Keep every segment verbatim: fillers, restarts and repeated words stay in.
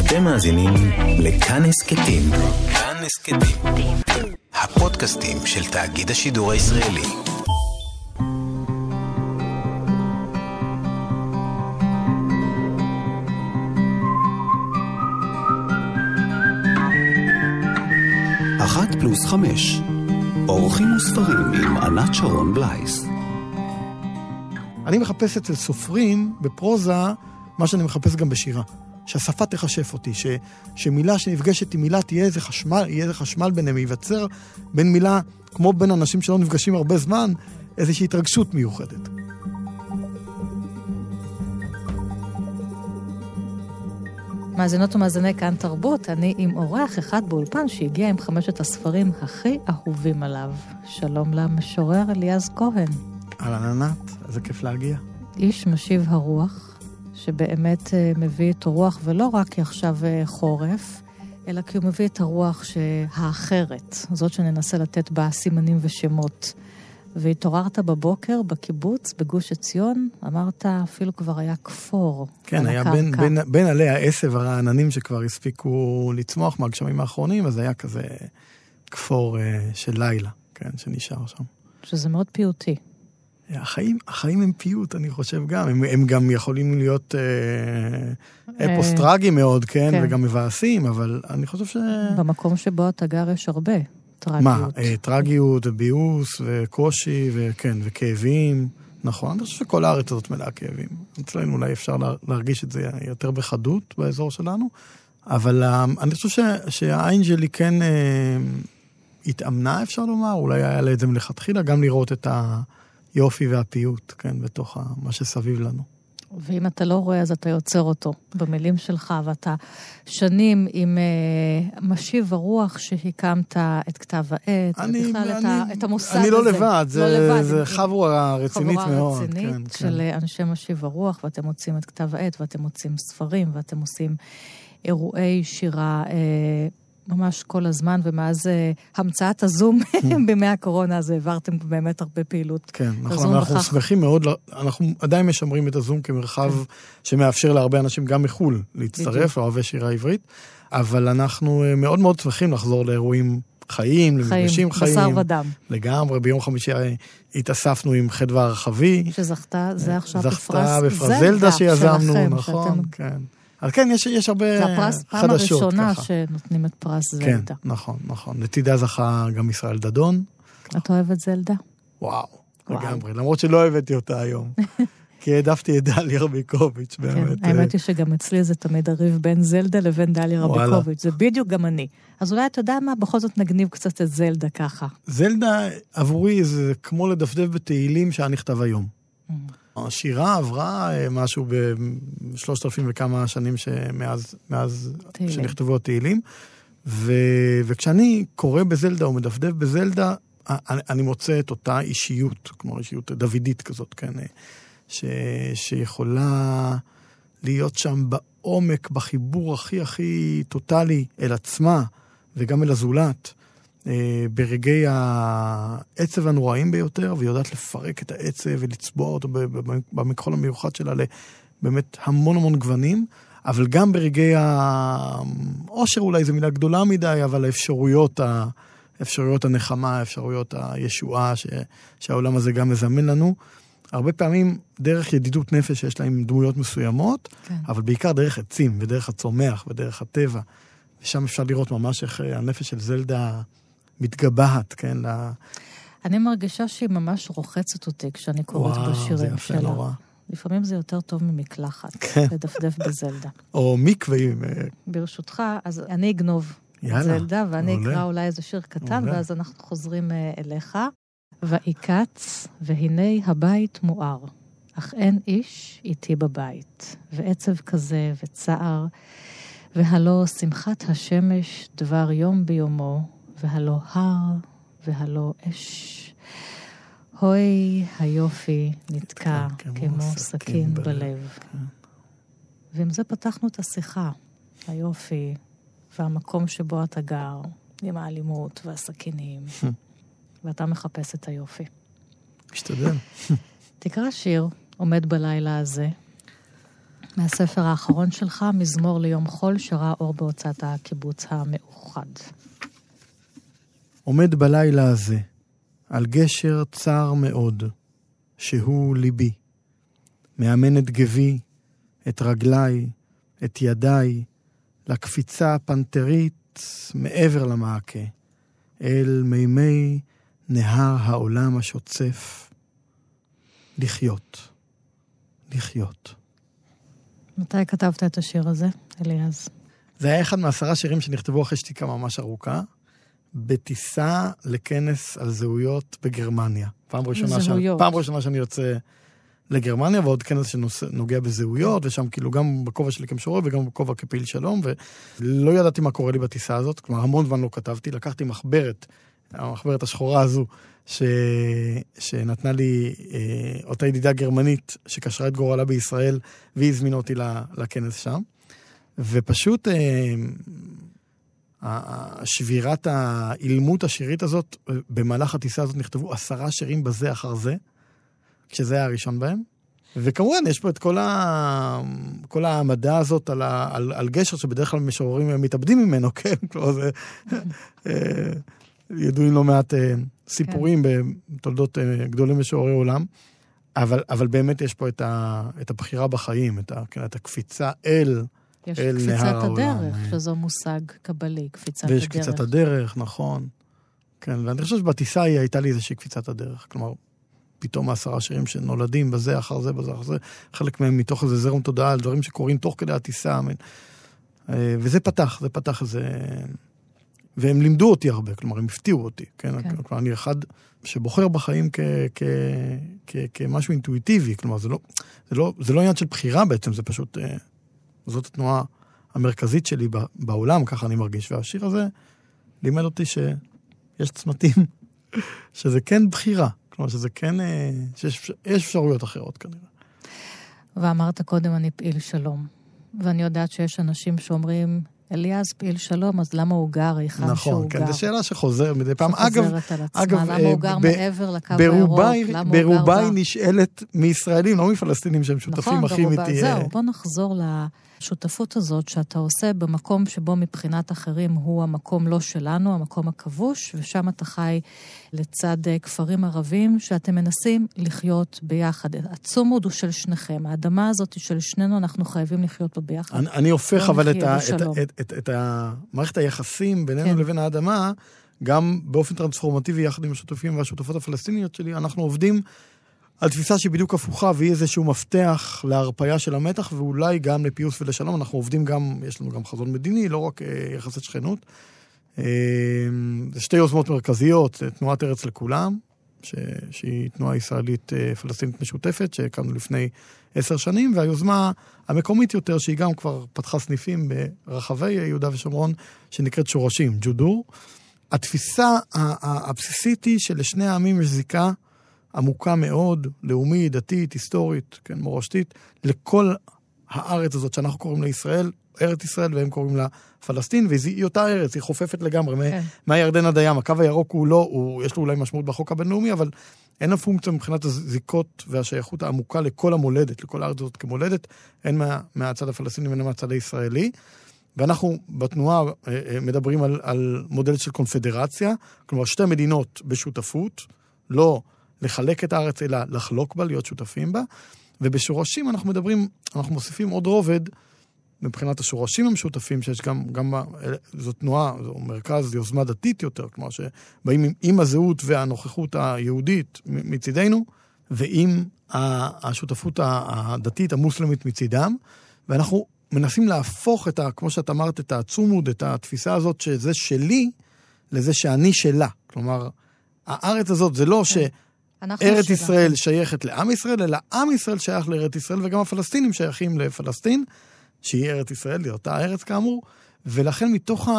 אתם מאזינים לכאן הסכתים. כאן הסכתים. הפודקאסטים של תאגיד השידור הישראלי. אחת פלוס חמש. אורחים וספרים עם ענת שרון בלייס. אני מחפש אצל סופרים בפרוזה מה שאני מחפש גם בשירה. שהשפה תחשף אותי, ש, שמילה שנפגשת עם מילה תהיה איזה חשמל, יהיה איזה חשמל ביניהם, ייווצר בין מילה, כמו בין אנשים שלא נפגשים הרבה זמן, איזושהי התרגשות מיוחדת. מאזינות ומאזיני כאן תרבות, אני עם אורח אחד באולפן שהגיע עם חמשת הספרים הכי אהובים עליו. שלום למשורר אליעז כהן. אהלן ענת, איזה כיף להגיע. איש משיב הרוח. שבאמת מביא את הרוח, ולא רק כי עכשיו חורף, אלא כי הוא מביא את הרוח האחרת, זאת שננסה לתת בה סימנים ושמות. והתעוררת בבוקר בקיבוץ, בגוש עציון, אמרת אפילו כבר היה כפור. כן, היה בין, בין, בין עלי העשב הרעננים שכבר הספיקו לצמוח מהגשמים האחרונים, אז היה כזה כפור של לילה, כן, שנשאר שם. שזה מאוד פיוטי. החיים, החיים הם פיוט, אני חושב גם. הם, הם גם יכולים להיות אה, אפוס טרגי מאוד, כן, כן, וגם מבאסים, אבל אני חושב ש... במקום שבו אתה גר יש הרבה טרגיות. מה? אה, טרגיות, ביוס, וקושי, וכן, וכאבים. נכון, אני חושב שכל הארץ הזאת מלאה כאבים. אצלנו אולי אפשר להרגיש את זה יותר בחדות באזור שלנו, אבל אה, אני חושב ש, שהעין שלי כן אה, התאמנה, אפשר לומר, אולי היה לה את זה מלכתחילה, גם לראות את ה... יופי והפיוט, כן, בתוך מה שסביב לנו. ואם אתה לא רואה, אז אתה יוצר אותו במילים שלך, ואתה שנים עם uh, משיב הרוח שהקמת את כתב העת, אני, ובכלל אני, את, את המוסד אני הזה. לא לבד, זה, לא לבד, זה חבורה רצינית חבורה מאוד. רצינית כן, של כן. אנשי משיב הרוח, ואתם מוצאים את כתב העת, ואתם מוצאים ספרים, ואתם עושים אירועי שירה, uh, ממש כל הזמן, ומאז uh, המצאת הזום בימי הקורונה, אז העברתם באמת הרבה פעילות. כן, נכון, אנחנו בכך... שמחים מאוד, אנחנו עדיין משמרים את הזום כמרחב כן. שמאפשר להרבה אנשים גם מחול להצטרף, לאוהבי שירה עברית, אבל אנחנו uh, מאוד מאוד שמחים לחזור לאירועים חיים, למפגשים חיים. בשר ודם. לגמרי, ביום חמישי התאספנו עם חדווה הרחבי. שזכתה, זה עכשיו בפרס. זכתה בפרס זלדה שיזמנו, נכון, כן. אז כן, יש, יש הרבה חדשות. זה הפרס פעם הראשונה שנותנים את פרס זלדה. כן, נכון, נכון. לצידה זכה גם ישראל דדון. את אוהבת זלדה? וואו, לגמרי. למרות שלא אוהבתי אותה היום. כי העדפתי את דליה רביקוביץ', באמת. האמת היא שגם אצלי זה תמיד הריב בין זלדה לבין דליה רביקוביץ'. זה בדיוק גם אני. אז אולי אתה יודע מה, בכל זאת נגניב קצת את זלדה ככה. זלדה עבורי זה כמו לדפדף בתהילים שהיה נכתב היום. השירה עברה משהו בשלושת אלפים וכמה שנים שמאז, מאז שנכתבו התהילים, ו, וכשאני קורא בזלדה או מדפדף בזלדה, אני, אני מוצא את אותה אישיות, כמו אישיות דוידית כזאת, כן, ש, שיכולה להיות שם בעומק, בחיבור הכי הכי טוטלי אל עצמה, וגם אל הזולת, ברגעי העצב הנוראים ביותר, ויודעת לפרק את העצב ולצבוע אותו במכחול המיוחד שלה לבאמת המון המון גוונים, אבל גם ברגעי העושר, אולי זו מילה גדולה מדי, אבל האפשרויות, האפשרויות הנחמה, האפשרויות הישועה ש, שהעולם הזה גם מזמן לנו, הרבה פעמים דרך ידידות נפש שיש להם דמויות מסוימות, כן. אבל בעיקר דרך עצים ודרך הצומח ודרך הטבע, ושם אפשר לראות ממש איך הנפש של זלדה מתגבהת, כן? לה... אני מרגישה שהיא ממש רוחצת אותי כשאני קוראת וואו, בשירים שלה. נורא. לפעמים זה יותר טוב ממקלחת, כן. לדפדף בזלדה. או מקווה. ברשותך, אז אני אגנוב יאללה, זלדה, ואני עולה. אקרא אולי איזה שיר קטן, עולה. ואז אנחנו חוזרים אליך. ויקץ, והנה הבית מואר, אך אין איש איתי בבית, ועצב כזה וצער, והלא שמחת השמש דבר יום ביומו, והלא הר, והלא אש. הוי היופי נתקע כן, כמו, כמו סכין בלב. בלב. כן. ועם זה פתחנו את השיחה, היופי, והמקום שבו אתה גר, עם האלימות והסכינים. ואתה מחפש את היופי. משתדל. תקרא שיר, עומד בלילה הזה, מהספר האחרון שלך, מזמור ליום חול, שראה אור בהוצאת הקיבוץ המאוחד. עומד בלילה הזה, על גשר צר מאוד, שהוא ליבי. מאמן את גבי, את רגליי, את ידיי, לקפיצה הפנתרית מעבר למעקה, אל מימי נהר העולם השוצף. לחיות. לחיות. מתי כתבת את השיר הזה, אליעז? זה היה אחד מעשרה שירים שנכתבו אחרי שתיקה ממש ארוכה, בטיסה לכנס על זהויות בגרמניה. פעם ראשונה, שאני, פעם ראשונה שאני יוצא לגרמניה, ועוד כנס שנוגע בזהויות, ושם כאילו גם בכובע שלי כמשורר, וגם בכובע כפעיל שלום, ולא ידעתי מה קורה לי בטיסה הזאת, כלומר המון זמן לא כתבתי, לקחתי מחברת, המחברת השחורה הזו, ש... שנתנה לי אה, אותה ידידה גרמנית, שקשרה את גורלה בישראל, והיא הזמינה אותי לכנס שם, ופשוט אה, שבירת האילמות השירית הזאת, במהלך הטיסה הזאת נכתבו עשרה שירים בזה אחר זה, כשזה היה הראשון בהם. וכמובן, יש פה את כל, ה... כל העמדה הזאת על, ה... על... על גשר, שבדרך כלל משוררים מתאבדים ממנו, כן? כלומר, זה... ידועים לא מעט סיפורים כן. בתולדות גדולים משוררי עולם, אבל, אבל באמת יש פה את, ה... את הבחירה בחיים, את, ה... כן, את הקפיצה אל... יש קפיצת הדרך, שזו מושג קבלי, קפיצת הדרך. ויש קפיצת הדרך, נכון. כן, ואני חושב שבטיסה היא הייתה לי איזושהי קפיצת הדרך, כלומר, פתאום העשרה שירים שנולדים בזה, אחר זה, בזה, אחר זה, חלק מהם מתוך איזה זרם תודעה, על דברים שקורים תוך כדי הטיסה, וזה פתח, זה פתח איזה... והם לימדו אותי הרבה, כלומר, הם הפתיעו אותי, כן? כן. כלומר, אני אחד שבוחר בחיים כ... כ... כ... כמשהו אינטואיטיבי, כלומר, זה לא, זה לא, זה לא עניין של בחירה בעצם, זה פשוט, זאת התנועה המרכזית שלי בעולם, ככה אני מרגיש, והשיר הזה לימד אותי שיש צמתים, שזה כן בחירה, כלומר שזה כן, שיש אפשרויות אחרות כנראה. ואמרת קודם, אני פעיל שלום. ואני יודעת שיש אנשים שאומרים, אליעז פעיל שלום, אז למה הוא גר, היכן נכון, שהוא כן, גר? זו שאלה שחוזרת מדי פעם. שחוזרת על עצמה, אגב, למה הוא גר ב- מעבר לקו הירוק? ברובה היא נשאלת מישראלים, לא מפלסטינים שהם שותפים נכון, הכי ברובה, איתי. זהו, בוא נחזור לשותפות הזאת שאתה עושה במקום שבו מבחינת אחרים הוא המקום לא שלנו, המקום הכבוש, ושם אתה חי לצד כפרים ערבים שאתם מנסים לחיות ביחד. הצומוד הוא של שניכם, האדמה הזאת היא של שנינו, אנחנו חייבים לחיות פה ביחד. אני, אני הופך אבל את, ה, את, את, את, את מערכת היחסים בינינו כן. לבין האדמה, גם באופן טרנספורמטיבי יחד עם השותפים והשותפות הפלסטיניות שלי, אנחנו עובדים על תפיסה שהיא בדיוק הפוכה, והיא איזשהו מפתח להרפאיה של המתח, ואולי גם לפיוס ולשלום. אנחנו עובדים גם, יש לנו גם חזון מדיני, לא רק אה, יחסי שכנות. אה, זה שתי יוזמות מרכזיות, תנועת ארץ לכולם, ש, שהיא תנועה ישראלית אה, פלסטינית משותפת, שהקמנו לפני עשר שנים, והיוזמה המקומית יותר, שהיא גם כבר פתחה סניפים ברחבי יהודה ושומרון, שנקראת שורשים, ג'ודור. התפיסה הבסיסית היא שלשני העמים יש זיקה עמוקה מאוד, לאומית, דתית, היסטורית, כן, מורשתית, לכל הארץ הזאת שאנחנו קוראים לה ישראל, ארץ ישראל, והם קוראים לה פלסטין, והיא אותה ארץ, היא חופפת לגמרי, כן. מהירדן עד הים. הקו הירוק הוא לא, הוא, יש לו אולי משמעות בחוק הבינלאומי, אבל אין הפונקציה מבחינת הזיקות והשייכות העמוקה לכל המולדת, לכל הארץ הזאת כמולדת, אין מה, מהצד הפלסטיני ואין מהצד הישראלי. ואנחנו בתנועה מדברים על, על מודל של קונפדרציה, כלומר שתי מדינות בשותפות, לא לחלק את הארץ, אלא לחלוק בה, להיות שותפים בה, ובשורשים אנחנו מדברים, אנחנו מוסיפים עוד רובד, מבחינת השורשים המשותפים, שיש גם, גם זו תנועה, זו מרכז, יוזמה דתית יותר, כלומר שבאים עם, עם הזהות והנוכחות היהודית מצידנו, ועם השותפות הדתית המוסלמית מצידם, ואנחנו מנסים להפוך את ה, כמו שאת אמרת, את הצומוד, את התפיסה הזאת שזה שלי, לזה שאני שלה. כלומר, הארץ הזאת זה לא ש... ארץ ישראל שייכת לעם ישראל, אלא עם ישראל שייך לארץ ישראל, וגם הפלסטינים שייכים לפלסטין, שהיא ארץ ישראל, היא אותה ארץ כאמור, ולכן מתוך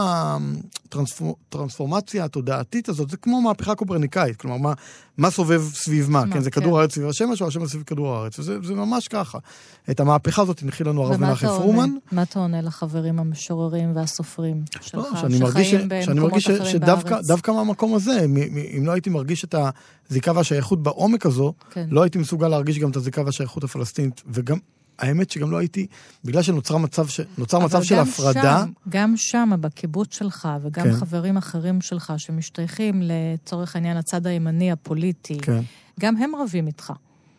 הטרנספורמציה התודעתית הזאת, זה כמו מהפכה קופרניקאית, כלומר, מה, מה סובב סביב מה, כן, זה כדור הארץ סביב השמש, או השמש סביב כדור הארץ, וזה זה ממש ככה. את המהפכה הזאת הנחיל לנו הרב מנחם פרומן. מה אתה עונה לחברים המשוררים והסופרים שלך, לא, שאני מרגיש, שאני מרגיש שדווקא מהמקום הזה, אם לא הייתי מרגיש את הזיקה והשייכות בעומק הזו, כן. לא הייתי מסוגל להרגיש גם את הזיקה והשייכות הפלסטינית, וגם האמת שגם לא הייתי, בגלל שנוצר מצב, ש... נוצר מצב של הפרדה. שם, גם שם, בקיבוץ שלך, וגם כן. חברים אחרים שלך, שמשתייכים לצורך העניין הצד הימני הפוליטי, כן. גם הם רבים איתך.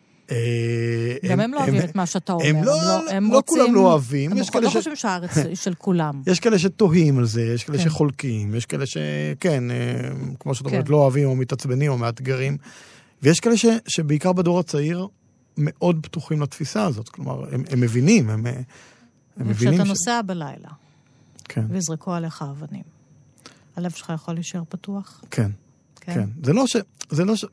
גם הם לא אוהבים את מה שאתה אומר. הם לא כולם לא אוהבים. הם לא חושבים שהארץ של כולם. יש כאלה שתוהים על זה, יש כאלה שחולקים, יש כאלה שכן, כמו שאת אומרת, לא אוהבים או מתעצבנים או מאתגרים. ויש כאלה שבעיקר בדור הצעיר מאוד פתוחים לתפיסה הזאת. כלומר, הם מבינים, הם מבינים. כשאתה נוסע בלילה, ויזרקו עליך אבנים, הלב שלך יכול להישאר פתוח? כן, כן. זה לא ש... זה לא ש...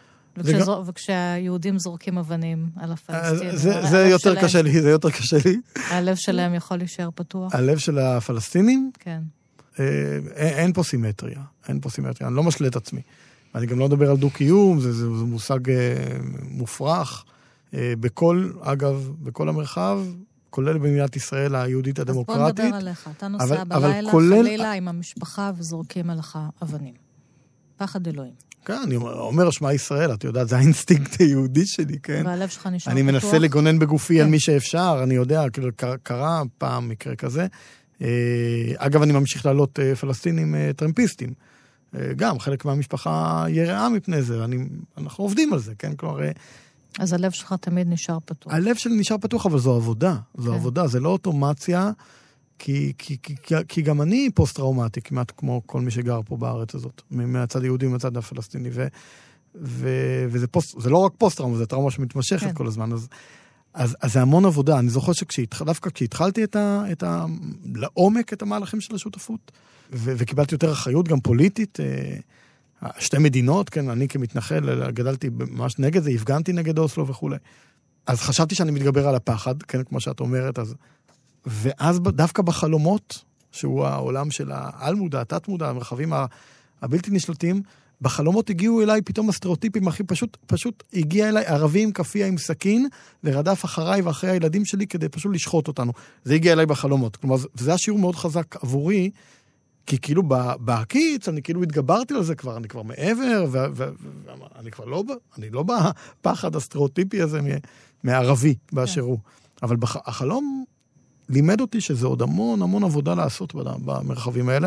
וכשהיהודים זורקים אבנים על הפלסטינים, זה יותר קשה לי, זה יותר קשה לי. הלב שלהם יכול להישאר פתוח? הלב של הפלסטינים? כן. אין פה סימטריה, אין פה סימטריה, אני לא משלה את עצמי. אני גם לא מדבר על דו-קיום, זה מושג מופרך. בכל, אגב, בכל המרחב, כולל במדינת ישראל היהודית הדמוקרטית. אז בוא נדבר עליך, אתה נוסע בלילה, חלילה עם המשפחה וזורקים עליך אבנים. פחד אלוהים. כן, אני אומר שמע ישראל, אתה יודע, זה האינסטינקט היהודי שלי, כן? והלב שלך נשאר אני מנסה לגונן בגופי על מי שאפשר, אני יודע, כאילו, קרה פעם מקרה כזה. אגב, אני ממשיך לעלות פלסטינים טרמפיסטים. גם, חלק מהמשפחה יראה מפני זה, אנחנו עובדים על זה, כן? כלומר... אז הלב שלך תמיד נשאר פתוח. הלב שלי נשאר פתוח, אבל זו עבודה. זו עבודה, זה לא אוטומציה, כי, כי, כי, כי גם אני פוסט-טראומטי, כמעט כמו כל מי שגר פה בארץ הזאת, מהצד היהודי ומהצד הפלסטיני, ו, ו, וזה פוסט, זה לא רק פוסט-טראומה, זה טראומה שמתמשכת כן. כל הזמן, אז, אז, אז זה המון עבודה. אני זוכר שדווקא כשהתחלתי את ה, את ה, לעומק את המהלכים של השותפות, ו, וקיבלתי יותר אחריות גם פוליטית, שתי מדינות, כן, אני כמתנחל גדלתי ממש נגד זה, הפגנתי נגד אוסלו וכו'. אז חשבתי שאני מתגבר על הפחד, כן, כמו שאת אומרת, אז... ואז דווקא בחלומות, שהוא העולם של העל-מודע, התת-מודע, המרחבים הבלתי נשלטים, בחלומות הגיעו אליי פתאום הסטריאוטיפים הכי פשוט, פשוט הגיע אליי ערבי עם כפיה עם סכין, ורדף אחריי ואחרי הילדים שלי כדי פשוט לשחוט אותנו. זה הגיע אליי בחלומות. כלומר, זה היה שיעור מאוד חזק עבורי, כי כאילו בהקיץ, אני כאילו התגברתי על זה כבר, אני כבר מעבר, ואני כבר לא, אני לא בפחד הסטריאוטיפי הזה מערבי באשר הוא. אבל החלום לימד אותי שזה עוד המון המון עבודה לעשות במרחבים האלה,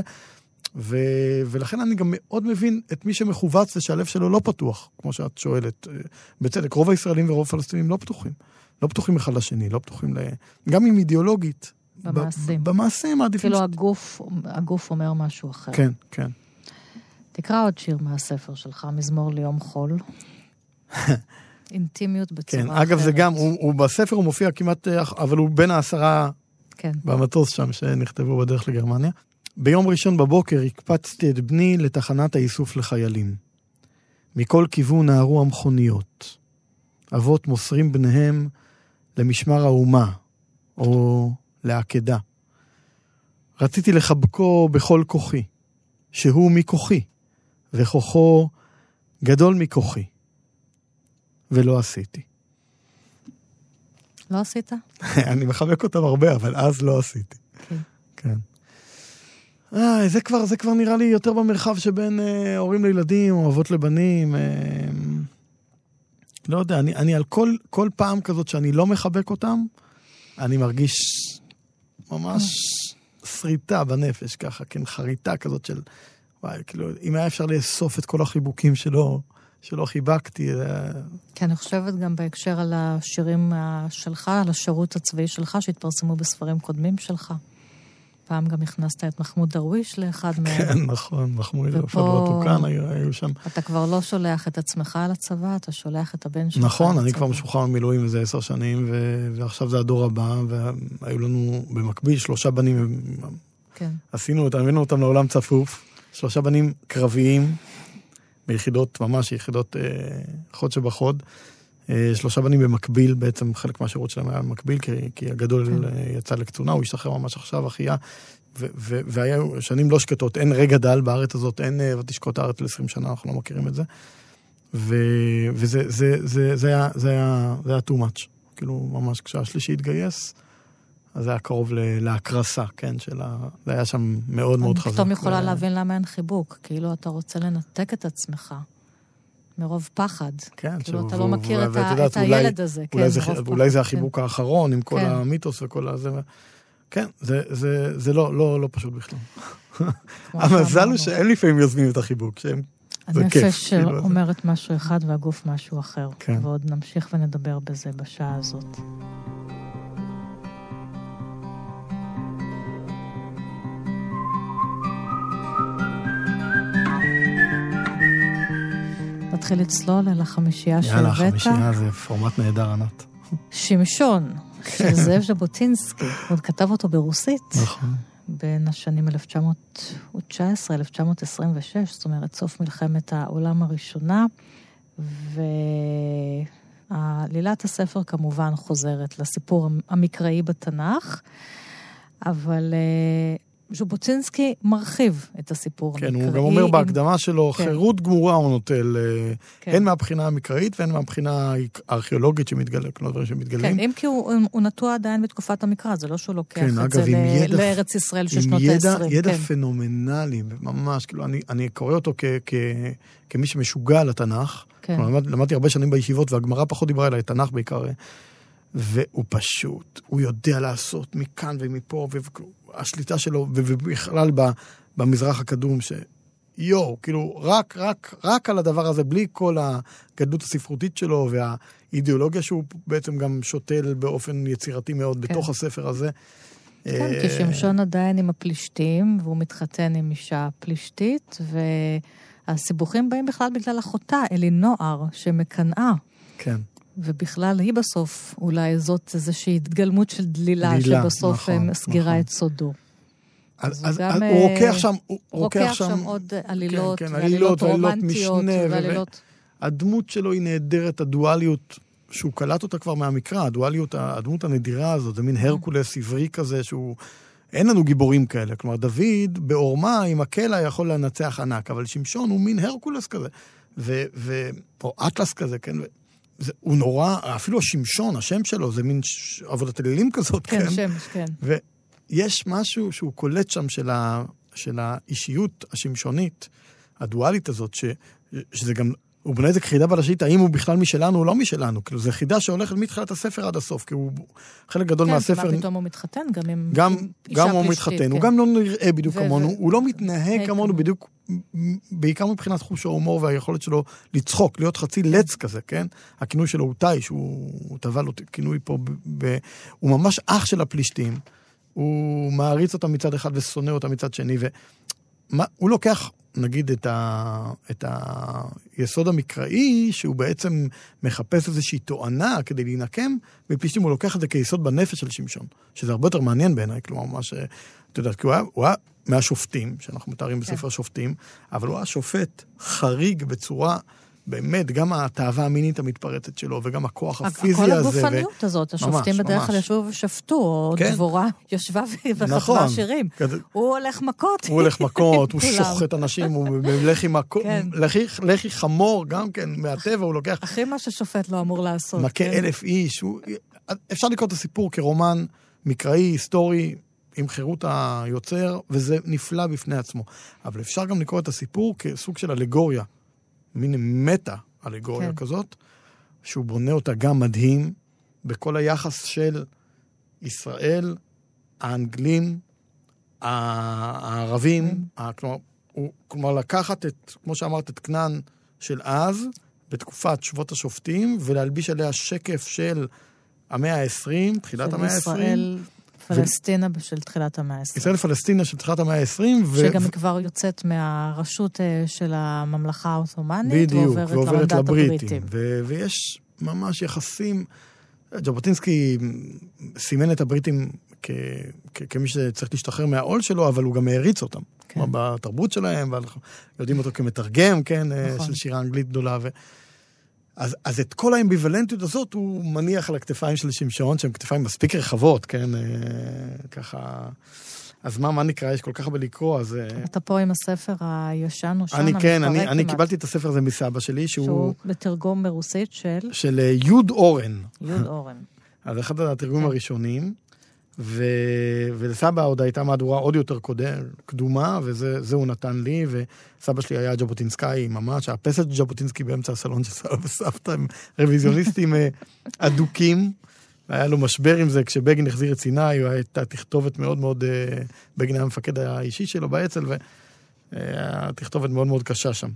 ולכן אני גם מאוד מבין את מי שמחובץ ושהלב שלו לא פתוח, כמו שאת שואלת, בצדק, רוב הישראלים ורוב הפלסטינים לא פתוחים. לא פתוחים אחד לשני, לא פתוחים ל... גם עם אידיאולוגית. במעשים. במעשים מעדיפים... כאילו הגוף, הגוף אומר משהו אחר. כן, כן. תקרא עוד שיר מהספר שלך, מזמור ליום חול. אינטימיות בצורה כן, אחרת. אגב זה גם, הוא, הוא בספר הוא מופיע כמעט, אבל הוא בין העשרה כן. במטוס שם שנכתבו בדרך לגרמניה. ביום ראשון בבוקר הקפצתי את בני לתחנת האיסוף לחיילים. מכל כיוון נערו המכוניות. אבות מוסרים בניהם למשמר האומה, או לעקדה. רציתי לחבקו בכל כוחי, שהוא מכוחי, וכוחו גדול מכוחי. ולא עשיתי. לא עשית? אני מחבק אותם הרבה, אבל אז לא עשיתי. כן. כן. אה, זה כבר, זה כבר נראה לי יותר במרחב שבין אה, הורים לילדים, או אבות לבנים. אה, לא יודע, אני, אני על כל, כל פעם כזאת שאני לא מחבק אותם, אני מרגיש ממש שריטה בנפש, ככה, כן, חריטה כזאת של, וואי, כאילו, אם היה אפשר לאסוף את כל החיבוקים שלו, שלא חיבקתי. כן, אני חושבת גם בהקשר על השירים שלך, על השירות הצבאי שלך, שהתפרסמו בספרים קודמים שלך. פעם גם הכנסת את מחמוד דרוויש לאחד מהם. כן, נכון, מחמוד פברטוקן היו שם. אתה כבר לא שולח את עצמך לצבא, אתה שולח את הבן שלך. נכון, אני כבר משוחרר ממילואים איזה עשר שנים, ועכשיו זה הדור הבא, והיו לנו במקביל שלושה בנים, עשינו אותם, הבאנו אותם לעולם צפוף, שלושה בנים קרביים, ביחידות, ממש יחידות חוד שבחוד, שלושה בנים במקביל, בעצם חלק מהשירות שלהם היה במקביל, כי, כי הגדול כן. יצא לקצונה, הוא השתחרר ממש עכשיו, אחיה, והיה שנים לא שקטות, אין רגע דל בארץ הזאת, אין ותשקוט הארץ ל-עשרים שנה, אנחנו לא מכירים את זה, ו- וזה זה, זה, זה היה, זה היה, זה היה too much, כאילו ממש כשהשלישי התגייס, אז זה היה קרוב להקרסה, כן, של ה... זה היה שם מאוד מאוד חזק. אני פתאום יכולה להבין למה אין חיבוק, כאילו אתה רוצה לנתק את עצמך מרוב פחד. כן. כאילו, אתה לא מכיר את הילד הזה. אולי זה החיבוק האחרון עם כל המיתוס וכל הזה. כן, זה לא פשוט בכלל. המזל הוא שאין לפעמים יוזמים את החיבוק, שהם... הנפש אומרת משהו אחד והגוף משהו אחר. ועוד נמשיך ונדבר בזה בשעה הזאת. נתחיל לצלול אל החמישייה של יאללה, החמישייה זה פורמט נהדר, ענת. שמשון, של זאב ז'בוטינסקי. הוא כתב אותו ברוסית. נכון. בין השנים אלף תשע מאות תשע עשרה אלף תשע מאות עשרים ושש, זאת אומרת, סוף מלחמת העולם הראשונה, ועלילת הספר כמובן חוזרת לסיפור המקראי בתנ"ך, אבל ז'בוטינסקי מרחיב את הסיפור כן, המקראי. כן, הוא גם אומר בהקדמה שלו, כן. חירות גמורה הוא נוטל, כן. הן מהבחינה המקראית והן מהבחינה הארכיאולוגית שמתגלה, כל הדברים שמתגלים. כן, אם כי הוא, הוא נטוע עדיין בתקופת המקרא, זה לא שהוא לוקח כן, את אגב, זה ל... לארץ ישראל של שנות ה-עשרים. עם ידע, ידע כן. פנומנלי, ממש, כאילו, אני, אני קורא אותו כ, כ, כמי שמשוגע לתנ"ך, כן. למד, למדתי הרבה שנים בישיבות, והגמרא פחות דיברה אליי, תנ"ך בעיקר, והוא פשוט, הוא יודע לעשות מכאן ומפה, והשליטה שלו, ובכלל במזרח הקדום, שיו, כאילו, רק, רק, רק על הדבר הזה, בלי כל הגדלות הספרותית שלו, והאידיאולוגיה שהוא בעצם גם שותל באופן יצירתי מאוד כן. בתוך הספר הזה. כן, כי שמשון עדיין עם הפלישתים, והוא מתחתן עם אישה פלישתית, והסיבוכים באים בכלל בגלל אחותה, אלינוער, שמקנאה. כן. ובכלל היא בסוף, אולי זאת איזושהי התגלמות של דלילה, דלילה שבסוף נכון, סגירה נכון. את סודו. אז, אז, אז הוא רוקח שם, הוא רוקח שם, שם עוד עלילות, כן, כן, ועלילות רומנטיות, ועלילות... הדמות שלו היא נהדרת, הדואליות, שהוא קלט אותה כבר מהמקרא, הדואליות, הדמות הנדירה הזאת, זה מין הרקולס עברי כזה, שהוא... אין לנו גיבורים כאלה, כלומר, דוד בעורמה עם הקלע יכול לנצח ענק, אבל שמשון הוא מין הרקולס כזה, ו, ו, או אטלס כזה, כן, ו... זה, הוא נורא, אפילו השמשון, השם שלו, זה מין ש... עבודת אלילים כזאת, כן? כן, שמש, כן. ויש משהו שהוא קולט שם של, ה... של האישיות השמשונית, הדואלית הזאת, ש... שזה גם, הוא בונה איזה חידה בלשית, האם הוא בכלל משלנו או לא משלנו, כאילו זה חידה שהולכת מתחילת הספר עד הסוף, כי הוא חלק גדול כן, מהספר... כן, מה פתאום הוא מתחתן, גם עם גם, אישה פלישתית. גם הוא מתחתן, כן. הוא גם לא נראה בדיוק ו... כמונו, ו... הוא לא מתנהג כמונו כמו... בדיוק, בעיקר מבחינת חוש ההומור והיכולת שלו לצחוק, להיות חצי לץ כזה, כן? הכינוי שלו הוא טי, שהוא טבע לו כינוי פה, ב... ב... הוא ממש אח של הפלישתים, הוא מעריץ אותם מצד אחד ושונא אותם מצד שני, והוא לוקח... נגיד את, ה, את היסוד המקראי, שהוא בעצם מחפש איזושהי תואנה כדי להינקם, בפלישתים הוא לוקח את זה כיסוד בנפש של שמשון, שזה הרבה יותר מעניין בעיניי, כלומר, מה ש... אתה יודע, כי הוא היה, הוא היה מהשופטים, שאנחנו מתארים בספר השופטים, אבל הוא היה שופט חריג בצורה... באמת, גם התאווה המינית המתפרצת שלו, וגם הכוח הפיזי הזה. כל הגופניות הזאת, השופטים בדרך כלל ישבו ושפטו, או דבורה יושבה וחטבה שירים. הוא הולך מכות. הוא הולך מכות, הוא שוחט אנשים, הוא לחי חמור, גם כן, מהטבע הוא לוקח. הכי מה ששופט לא אמור לעשות. מכה אלף איש. אפשר לקרוא את הסיפור כרומן מקראי, היסטורי, עם חירות היוצר, וזה נפלא בפני עצמו. אבל אפשר גם לקרוא את הסיפור כסוג של אלגוריה. מין מטה אלגוריה כן. כזאת, שהוא בונה אותה גם מדהים, בכל היחס של ישראל, האנגלים, הערבים, mm. כלומר, הוא, כלומר, לקחת את, כמו שאמרת, את כנען של אז, בתקופת שבות השופטים, ולהלביש עליה שקף של המאה ה-עשרים, תחילת המאה ה-עשרים. ישראל... פלסטינה ו... של תחילת המאה ה-עשרים. ישראל פלסטינה של תחילת המאה ה-עשרים. ו... שגם ו... כבר יוצאת מהרשות של הממלכה העות'מאנית, ועוברת, ועוברת למנדט הבריטים. ו... ויש ממש יחסים, ז'בוטינסקי סימן את הבריטים כ... כ... כמי שצריך להשתחרר מהעול שלו, אבל הוא גם העריץ אותם. כן. כלומר, בתרבות שלהם, ואנחנו יודעים אותו כמתרגם, כן, נכון. של שירה אנגלית גדולה ו... אז, אז את כל האמביוולנטיות הזאת הוא מניח על הכתפיים של שמשון, שהן כתפיים מספיק רחבות, כן? אה, ככה... אז מה, מה נקרא? יש כל כך הרבה לקרוא, אז... אתה פה עם הספר הישן או שם? אני כן, אני, אני קיבלתי את הספר הזה מסבא שלי, שהוא... שהוא בתרגום מרוסית של... של יוד אורן. יוד אורן. אז אחד התרגומים הראשונים, ו... ולסבא עוד הייתה מהדורה עוד יותר קדומה, וזה הוא נתן לי, וסבא שלי היה ז'בוטינסקאי ממש, הפסל ז'בוטינסקי באמצע הסלון של סבא וסבתא, הם רוויזיוניסטים אדוקים, והיה לו משבר עם זה, כשבגין החזיר את סיני, הייתה תכתובת מאוד מאוד, בגין היה המפקד האישי שלו באצ"ל, והיה תכתובת מאוד מאוד קשה שם.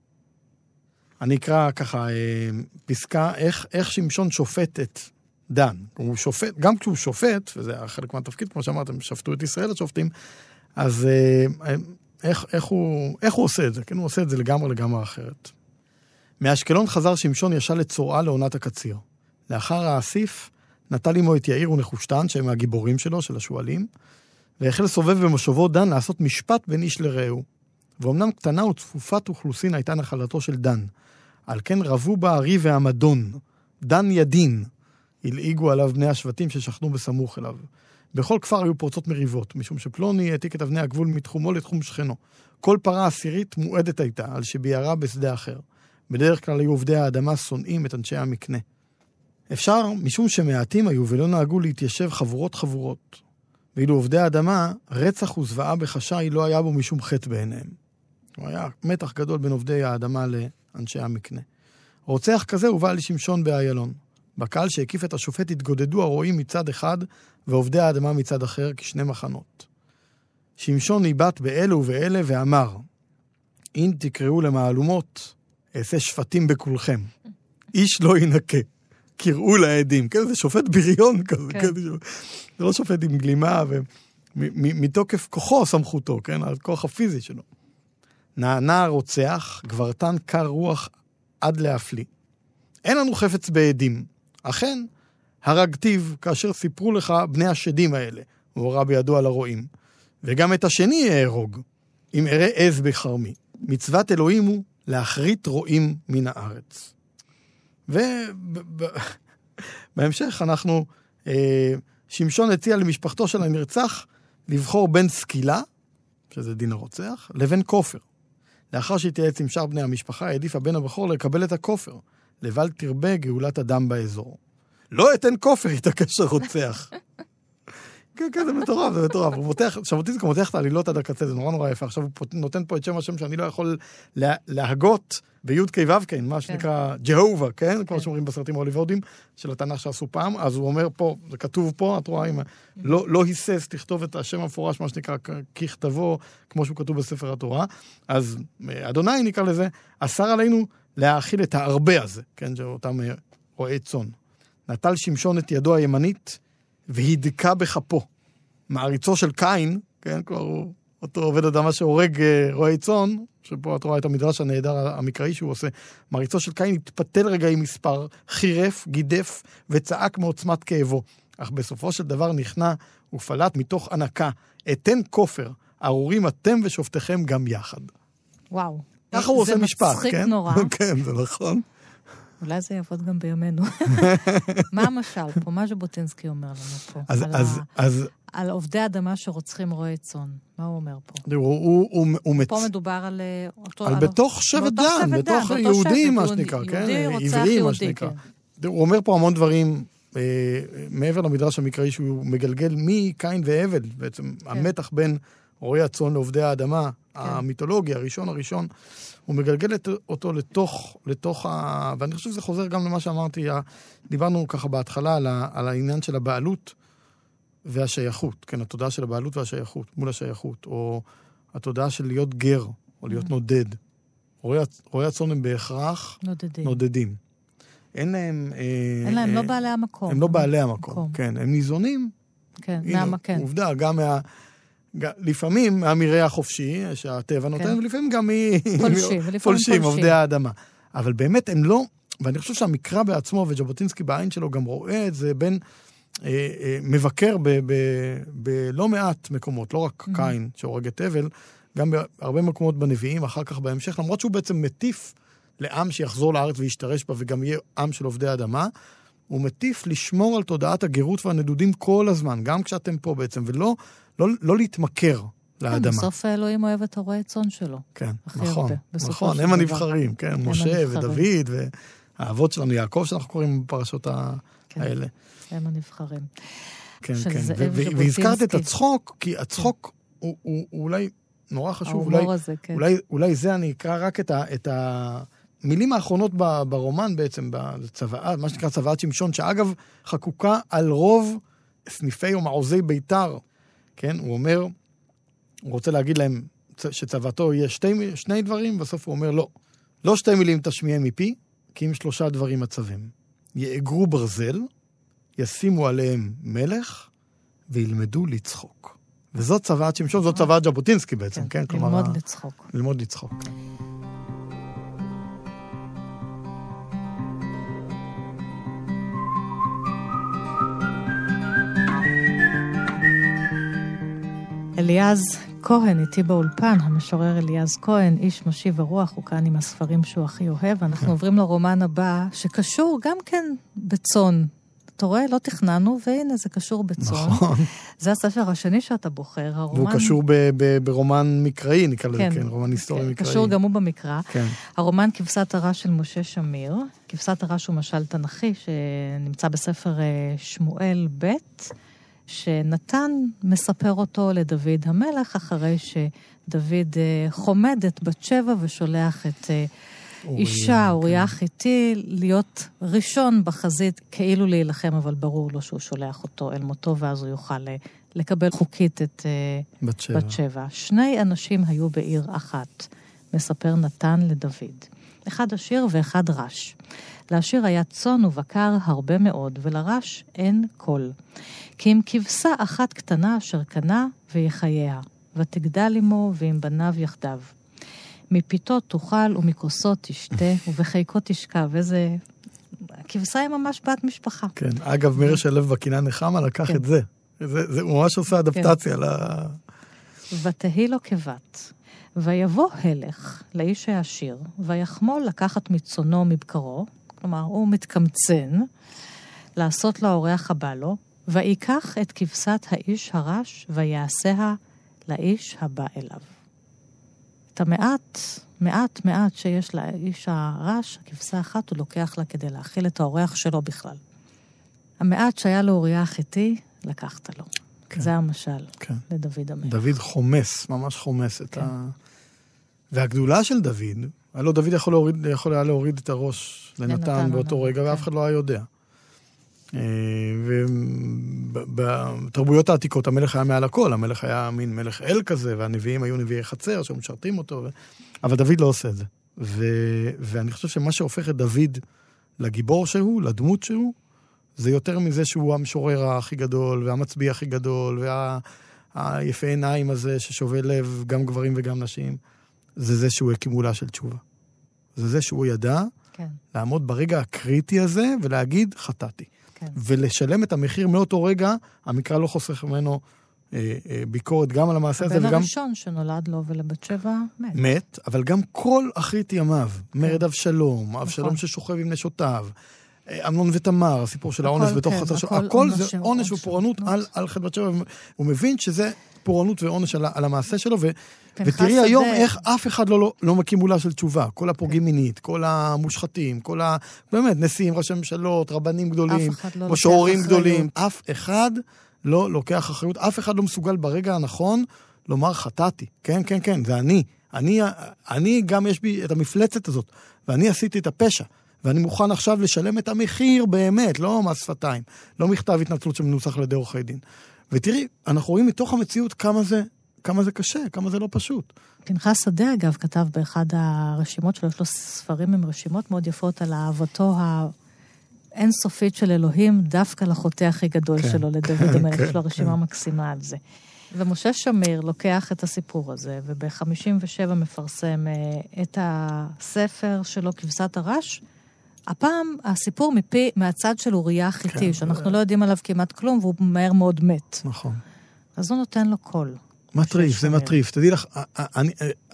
אני אקרא ככה פסקה, איך, איך שמשון שופט את דן. הוא שופט, גם כשהוא שופט, וזה חלק מהתפקיד, כמו שאמרתם, שפטו את ישראל השופטים, אז איך, איך, הוא, איך הוא עושה את זה? כן, הוא עושה את זה לגמרי לגמרי אחרת. מאשקלון חזר שמשון ישב לצורעה לעונת הקציר. לאחר האסיף, נטל עמו את יאיר ונחושתן, שהם הגיבורים שלו, של השואלים, והחל לסובב במושבו דן לעשות משפט בין איש לרעהו. ואומנם קטנה וצפופת אוכלוסין הייתה נחלתו של דן. על כן רבו בה הרי והמדון. דן ידין. הלעיגו עליו בני השבטים ששכנו בסמוך אליו. בכל כפר היו פורצות מריבות, משום שפלוני העתיק את אבני הגבול מתחומו לתחום שכנו. כל פרה עשירית מועדת הייתה, על שביערה בשדה אחר. בדרך כלל היו עובדי האדמה שונאים את אנשי המקנה. אפשר, משום שמעטים היו ולא נהגו להתיישב חבורות חבורות. ואילו עובדי האדמה, רצח וזוועה בחשאי לא היה בו משום חטא בעיניהם. הוא היה מתח גדול בין עובדי האדמה לאנשי המקנה. רוצח כזה הובא לשמשון באיילון. בקהל שהקיף את השופט התגודדו הרועים מצד אחד ועובדי האדמה מצד אחר כשני מחנות. שמשון ניבט באלה ובאלה ואמר, אם תקראו למעלומות, אעשה שפטים בכולכם. איש לא ינקה. קראו לעדים. כן, זה שופט בריון כזה. כן. כן, זה לא שופט עם גלימה, ומתוקף כוחו סמכותו, כן, על כוח הפיזי שלו. נענה רוצח, גברתן קר רוח עד להפליא. אין לנו חפץ בעדים. אכן, הרגתיו כאשר סיפרו לך בני השדים האלה, הוא הורה בידו על הרועים. וגם את השני יהרוג, אם אראה עז בחרמי. מצוות אלוהים הוא להחריט רועים מן הארץ. ובהמשך אנחנו, שמשון הציע למשפחתו של הנרצח לבחור בין סקילה, שזה דין הרוצח, לבין כופר. לאחר שהתייעץ עם שאר בני המשפחה, העדיף הבן הבכור לקבל את הכופר, לבל תרבה גאולת אדם באזור. לא אתן כופר, התעקש הרוצח. כן, כן, זה מטורף, זה מטורף. הוא מותח, ז'בוטינסקי מותח את העלילות עד הקצה, זה נורא נורא יפה. עכשיו הוא נותן פה את שם השם שאני לא יכול לה, להגות ביוד קי וו קין, מה שנקרא ג'הובה, כן? כמו שאומרים בסרטים ההוליוודים של התנ"ך שעשו פעם, אז הוא אומר פה, זה כתוב פה, את רואה, לא, לא היסס, תכתוב את השם המפורש, מה שנקרא ככתבו, כמו שהוא כתוב בספר התורה. אז אדוני נקרא לזה, אסר עלינו להאכיל את ההרבה הזה, כן? שאותם רועי צאן. נטל שמשון את ידו הימנית, והדקה בחפו. מעריצו של קין, כן, כבר הוא אותו עובד אדמה שהורג רועי צאן, שפה את רואה את המדרש הנהדר המקראי שהוא עושה, מעריצו של קין התפתל רגע עם מספר, חירף, גידף וצעק מעוצמת כאבו. אך בסופו של דבר נכנע ופלט מתוך ענקה, אתן כופר, ארורים אתם ושופטיכם גם יחד. וואו. ככה הוא עושה משפט, כן? זה מצחיק נורא. כן, זה נכון. אולי זה יעבוד גם בימינו. מה המשל פה? מה ז'בוטינסקי אומר לנו פה? אז, על, אז, ה... אז... על עובדי אדמה שרוצחים רועי צאן. מה הוא אומר פה? הוא, הוא, הוא, הוא מצ... פה מדובר על... אותו, על, על בתוך שבט דן, בתוך יהודים, מה שנקרא, כן? עבריים, מה שנקרא. הוא אומר פה המון דברים, אה, מעבר למדרש המקראי, שהוא מגלגל מקין והבל, בעצם כן. המתח בין רועי הצאן לעובדי האדמה, כן. המיתולוגיה, הראשון הראשון, הוא מגלגל אותו לתוך, לתוך ה... ואני חושב שזה חוזר גם למה שאמרתי, דיברנו ככה בהתחלה על, ה... על העניין של הבעלות והשייכות, כן, התודעה של הבעלות והשייכות, מול השייכות, או התודעה של להיות גר, או להיות נודד. רועי הצאן הם בהכרח נודדים. נודדים. אין להם... אין להם, לא בעלי המקום. הם לא בעלי המקום, כן. הם ניזונים. כן, מהמקום. עובדה, גם מה... לפעמים מהמרעה החופשי, שהטבע נותן, ולפעמים גם פולשים, עובדי האדמה. אבל באמת הם לא... ואני חושב שהמקרא בעצמו, וז'בוטינסקי בעין שלו גם רואה את זה בין... מבקר בלא מעט מקומות, לא רק קין שהורג את הבל, גם בהרבה מקומות בנביאים, אחר כך בהמשך, למרות שהוא בעצם מטיף לעם שיחזור לארץ וישתרש בה, וגם יהיה עם של עובדי אדמה, הוא מטיף לשמור על תודעת הגירות והנדודים כל הזמן, גם כשאתם פה בעצם, ולא לא, לא להתמכר לאדמה. בסוף האלוהים אוהב את הרועי צאן שלו. כן, נכון, נכון, הם הנבחרים, כן, משה ודוד, והאבות שלנו, יעקב, שאנחנו קוראים בפרשות האלה. הם הנבחרים. כן, של כן. זאב ו- ז'בוטינסקי. והזכרת את הצחוק, כי הצחוק כן. הוא, הוא, הוא אולי נורא חשוב. אולי, הזה, כן. אולי, אולי זה אני אקרא רק את ה... את ה... מילים האחרונות ברומן בעצם, בצוואה, מה שנקרא צוואת שמשון, שאגב חקוקה על רוב סניפי ומעוזי ביתר, כן? הוא אומר, הוא רוצה להגיד להם שצוואתו יהיה שתי, שני דברים, בסוף הוא אומר, לא, לא שתי מילים תשמיע מפי, כי אם שלושה דברים מצבים. יאגרו ברזל, ישימו עליהם מלך, וילמדו לצחוק. וזאת צוואת שמשון, זאת צוואת ז'בוטינסקי בעצם, כן? כן, ללמוד לצחוק. ללמוד לצחוק. אליעז כהן, איתי באולפן, המשורר אליעז כהן, איש משיב הרוח, הוא כאן עם הספרים שהוא הכי אוהב. אנחנו עוברים לרומן הבא, שקשור גם כן בצון. אתה רואה, לא תכננו, והנה זה קשור בצון. נכון. זה הספר השני שאתה בוחר, הרומן... והוא קשור ב- ב- ברומן מקראי, נקרא לזה, כן, רומן היסטורי מקראי. קשור גם הוא במקרא. כן. הרומן כבשת הרש של משה שמיר. כבשת הרש הוא משל תנכי, שנמצא בספר שמואל ב', שנתן מספר אותו לדוד המלך, אחרי שדוד חומד את בת שבע ושולח את אישה, אוריה החיתי, להיות ראשון בחזית, כאילו להילחם, אבל ברור לו שהוא שולח אותו אל מותו, ואז הוא יוכל לקבל חוקית את בת שבע. בת שבע. שני אנשים היו בעיר אחת, מספר נתן לדוד. אחד עשיר ואחד רש. לעשיר היה צאן ובקר הרבה מאוד, ולרש אין קול. כי אם כבשה אחת קטנה אשר קנה ויחייה, ותגדל עמו ועם בניו יחדיו. מפיתות תאכל ומכוסות תשתה, ובחיקות תשכב. איזה... הכבשה היא ממש בת משפחה. כן, אגב, מאיר שלו בקינה נחמה לקח את זה. זה. זה ממש עושה אדפטציה ל... ותהי לו כבת. ויבוא הלך לאיש העשיר, ויחמול לקחת מצונו מבקרו, כלומר, הוא מתקמצן, לעשות לו האורח הבא לו, ויקח את כבשת האיש הרש, ויעשיה לאיש הבא אליו. את המעט, מעט, מעט שיש לאיש הרש, הכבשה אחת הוא לוקח לה כדי להאכיל את האורח שלו בכלל. המעט שהיה לו אוריה החיתי, לקחת לו. כן. זה המשל, כן. לדוד המלך. דוד חומס, ממש חומס את כן. ה... והגדולה של דוד, הלא דוד יכול, להוריד, יכול היה להוריד את הראש לנתן באותו רגע, כן. ואף אחד לא היה יודע. ובתרבויות העתיקות המלך היה מעל הכל, המלך היה מין מלך אל כזה, והנביאים היו נביאי חצר שמשרתים אותו, ו... אבל דוד לא עושה את זה. ו... ואני חושב שמה שהופך את דוד לגיבור שהוא, לדמות שהוא, זה יותר מזה שהוא המשורר הכי גדול, והמצביע הכי גדול, והיפה עיניים הזה ששובל לב גם גברים וגם נשים. זה זה שהוא הקימולה של תשובה. זה זה שהוא ידע כן. לעמוד ברגע הקריטי הזה ולהגיד חטאתי. כן. ולשלם את המחיר מאותו רגע, המקרא לא חוסך ממנו אה, אה, ביקורת גם על המעשה הזה. הבן וגם... הראשון שנולד לו ולבת שבע מת. מת, אבל גם כל אחרית ימיו, כן. מרד אבשלום, נכון. אבשלום ששוכב עם נשותיו, אמנון ותמר, הסיפור של האונס בתוך חצר שלו, הכל זה עונש ופורענות על חטא בת שבע, הוא מבין שזה פורענות ועונש על המעשה שלו, ותראי היום איך אף אחד לא מקים מולה של תשובה, כל הפוגעים מינית, כל המושחתים, כל ה... באמת, נשיאים, ראשי ממשלות, רבנים גדולים, משוררים גדולים, אף אחד לא לוקח אחריות, אף אחד לא מסוגל ברגע הנכון לומר חטאתי, כן, כן, כן, זה אני, אני גם יש בי את המפלצת הזאת, ואני עשיתי את הפשע, ואני מוכן עכשיו לשלם את המחיר באמת, לא מס שפתיים, לא מכתב התנצלות שמנוסח לידי עורכי דין. ותראי, אנחנו רואים מתוך המציאות כמה זה, כמה זה קשה, כמה זה לא פשוט. פנחס שדה, אגב, כתב באחד הרשימות שלו, יש לו ספרים עם רשימות מאוד יפות על אהבתו האינסופית של אלוהים, דווקא לחוטא הכי גדול כן, שלו לדוד כן, המלך, כן, יש לו רשימה כן. מקסימה על זה. ומשה שמיר לוקח את הסיפור הזה, וב-חמישים ושבע מפרסם את הספר שלו, כבשת הרש, הפעם הסיפור מפי, מהצד של אוריה החיתי, כן, שאנחנו ו... לא יודעים עליו כמעט כלום, והוא מהר מאוד מת. נכון. אז הוא נותן לו קול. מטריף, זה מטריף. תדעי לך, אני,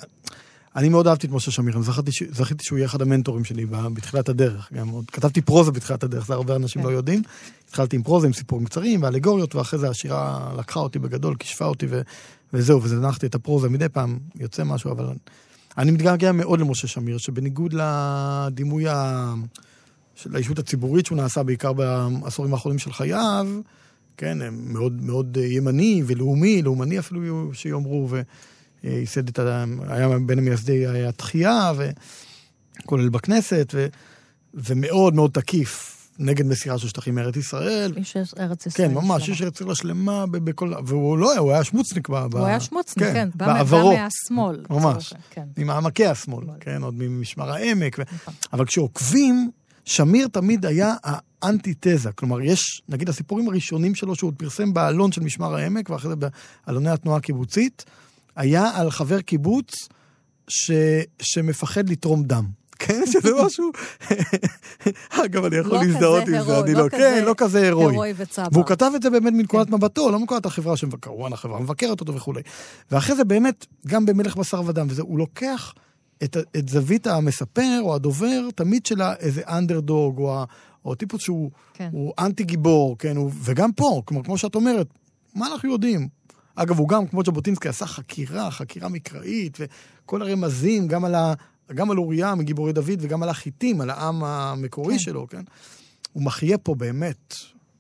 אני מאוד אהבתי את משה שמיר, אני זכיתי, זכיתי שהוא יהיה אחד המנטורים שלי בתחילת הדרך. גם עוד, כתבתי פרוזה בתחילת הדרך, זה הרבה אנשים כן. לא יודעים. התחלתי עם פרוזה, עם סיפורים קצרים, ואלגוריות, ואחרי זה השירה לקחה אותי בגדול, כשפה אותי, ו... וזהו, וזה נחתי את הפרוזה. מדי פעם יוצא משהו, אבל אני מתגעגע מאוד למשה שמיר, שבניגוד לדימוי ה... של האישות הציבורית שהוא נעשה בעיקר בעשורים האחרונים של חייו, כן, מאוד, מאוד ימני ולאומי, לאומני אפילו שיאמרו, וייסד את ה... היה בין המייסדי התחייה, וכולל בכנסת, ו... ומאוד מאוד תקיף נגד מסירה של שטחים מארץ ישראל. איש ארץ ישראל. כן, ממש, איש ארץ ישראל שלמה בכל... והוא לא היה, הוא היה שמוצניק. הוא היה שמוצניק, כן. בעברו. בא מהשמאל. ממש. ממעמקי השמאל, כן, עוד ממשמר העמק. אבל כשעוקבים, שמיר תמיד היה האנטיתזה. כלומר, יש, נגיד, הסיפורים הראשונים שלו, שהוא פרסם בעלון של משמר העמק, ואחרי זה בעלוני התנועה הקיבוצית, היה על חבר קיבוץ שמפחד לתרום דם. כן, שזה משהו... אגב, אני יכול להזדהות עם זה, אני לא, כן, לא כזה הירואי. והוא כתב את זה באמת מנקודת מבטו, לא מנקודת החברה שמבקרו, החברה מבקרת אותו וכו'. ואחרי זה באמת, גם במלך בשר ודם, וזה, הוא לוקח את זווית המספר או הדובר, תמיד שלה איזה אנדרדוג, או טיפוס שהוא אנטי גיבור, כן, וגם פה, כמו שאת אומרת, מה אנחנו יודעים? אגב, הוא גם, כמו ז'בוטינסקי, עשה חקירה, חקירה מקראית, וכל הרמזים, גם על ה... גם על אוריה מגיבורי דוד, וגם על החיטים, על העם המקורי כן. שלו, כן? הוא מחיה פה באמת,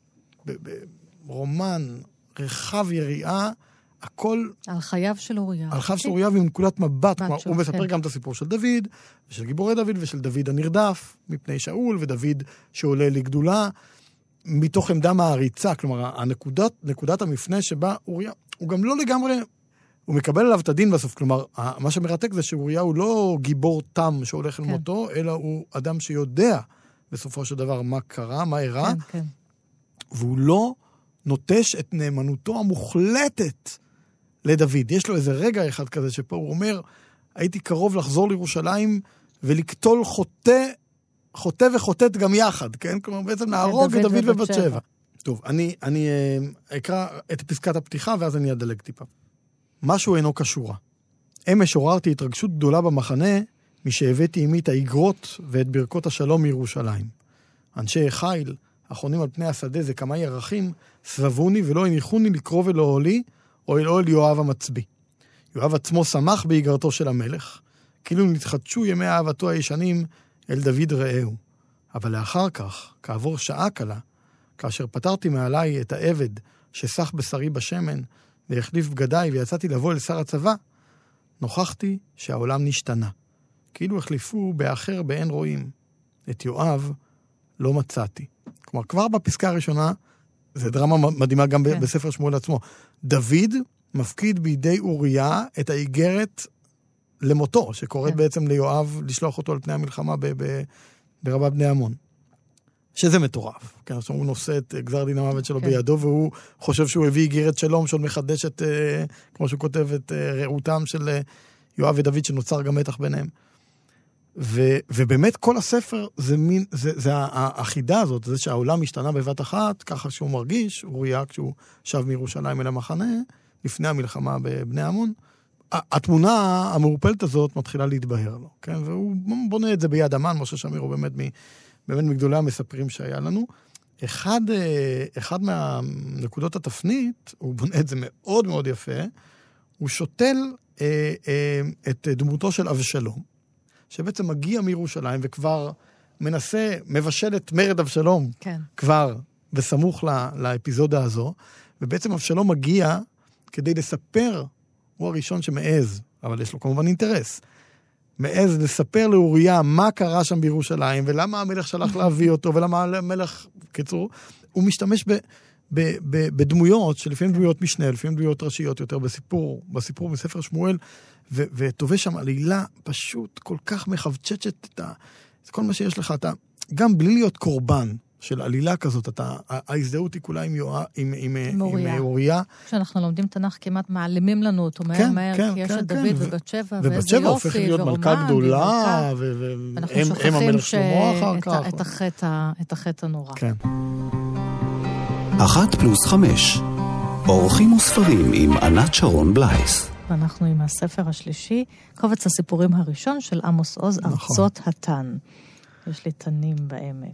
ברומן רחב יריעה, הכל... על חייו של אוריה. על חייו של אוריה ועם נקודת מבט. כלומר, הוא מספר כן. גם את הסיפור של דוד, ושל גיבורי דוד, ושל דוד הנרדף, מפני שאול, ודוד שעולה לגדולה, מתוך עמדה מעריצה. כלומר, הנקודת, נקודת המפנה שבה אוריה, הוא גם לא לגמרי... הוא מקבל עליו את הדין בסוף, כלומר, מה שמרתק זה שאוריה הוא לא גיבור תם שהולך כן. אל מותו, אלא הוא אדם שיודע בסופו של דבר מה קרה, מה אירע, כן, כן. והוא לא נוטש את נאמנותו המוחלטת לדוד. יש לו איזה רגע אחד כזה שפה הוא אומר, הייתי קרוב לחזור לירושלים ולקטול חוטא, חוטא וחוטאת גם יחד, כן? כלומר, בעצם להרוג את דוד ובת שבע. טוב, אני, אני אקרא את פסקת הפתיחה ואז אני אדלג טיפה. משהו אינו קשורה. אמש עוררתי התרגשות גדולה במחנה, משהבאתי עמי את האגרות ואת ברכות השלום מירושלים. אנשי חיל, החונים על פני השדה זה כמה ירחים, סבבוני ולא הניחוני לקרוב אל אוהלי, או אל אוהל יואב המצביא. יואב עצמו שמח באגרתו של המלך, כאילו נתחדשו ימי אהבתו הישנים אל דוד רעהו. אבל לאחר כך, כעבור שעה קלה, כאשר פתרתי מעליי את העבד שסח בשרי בשמן, והחליף בגדיי ויצאתי לבוא אל שר הצבא, נוכחתי שהעולם נשתנה. כאילו החליפו באחר באין רואים. את יואב לא מצאתי. כלומר, כבר בפסקה הראשונה, זה דרמה מדהימה גם כן. בספר שמואל עצמו. דוד מפקיד בידי אוריה את האיגרת למותו, שקוראת כן. בעצם ליואב לשלוח אותו על פני המלחמה ב- ב- ברבה בני עמון. שזה מטורף. כן, עכשיו הוא נושא את גזר דין המוות שלו כן. בידו, והוא חושב שהוא הביא איגרת שלום, שעוד מחדש את, כמו שהוא כותב, את רעותם של יואב ודוד, שנוצר גם מתח ביניהם. ו, ובאמת כל הספר זה מין, זה, זה האחידה הזאת, זה שהעולם השתנה בבת אחת, ככה שהוא מרגיש, אוריה כשהוא שב מירושלים אל המחנה, לפני המלחמה בבני עמון, התמונה המעורפלת הזאת מתחילה להתבהר לו, כן? והוא בונה את זה ביד אמן, משה שמיר הוא באמת מ... באמת מגדולי המספרים שהיה לנו. אחד, אחד מהנקודות התפנית, הוא בונה את זה מאוד מאוד יפה, הוא שותל אה, אה, את דמותו של אבשלום, שבעצם מגיע מירושלים וכבר מנסה, מבשל את מרד אבשלום, כן. כבר בסמוך לה, לאפיזודה הזו, ובעצם אבשלום מגיע כדי לספר, הוא הראשון שמעז, אבל יש לו כמובן אינטרס, מעז לספר לאוריה מה קרה שם בירושלים, ולמה המלך שלח להביא אותו, ולמה המלך, קיצור, הוא משתמש ב, ב, ב, בדמויות, שלפעמים דמויות משנה, לפעמים דמויות ראשיות יותר בסיפור, בסיפור בספר שמואל, ו, וטובה שם עלילה פשוט כל כך מחבצ'צ'ת את ה... כל מה שיש לך, אתה, גם בלי להיות קורבן של עלילה כזאת, אתה, ההזדהות היא כולה עם, יואר, עם, עם, עם, עם אוריה. כשאנחנו לומדים תנ"ך כמעט מעלימים לנו אותו מהר כן, מהר, כן, כי יש כן, את דוד כן. ובת שבע, ובת שבע הופך להיות מלכה גדולה, והם המלך שלמה אחר כך. את החטא, את החטא הנורא. כן. אחת פלוס חמש, אורחים וספרים עם ענת שרון בלייס. ואנחנו עם הספר השלישי, קובץ הסיפורים הראשון של עמוס עוז, נכון. ארצות התן. יש לי תנים בעמק.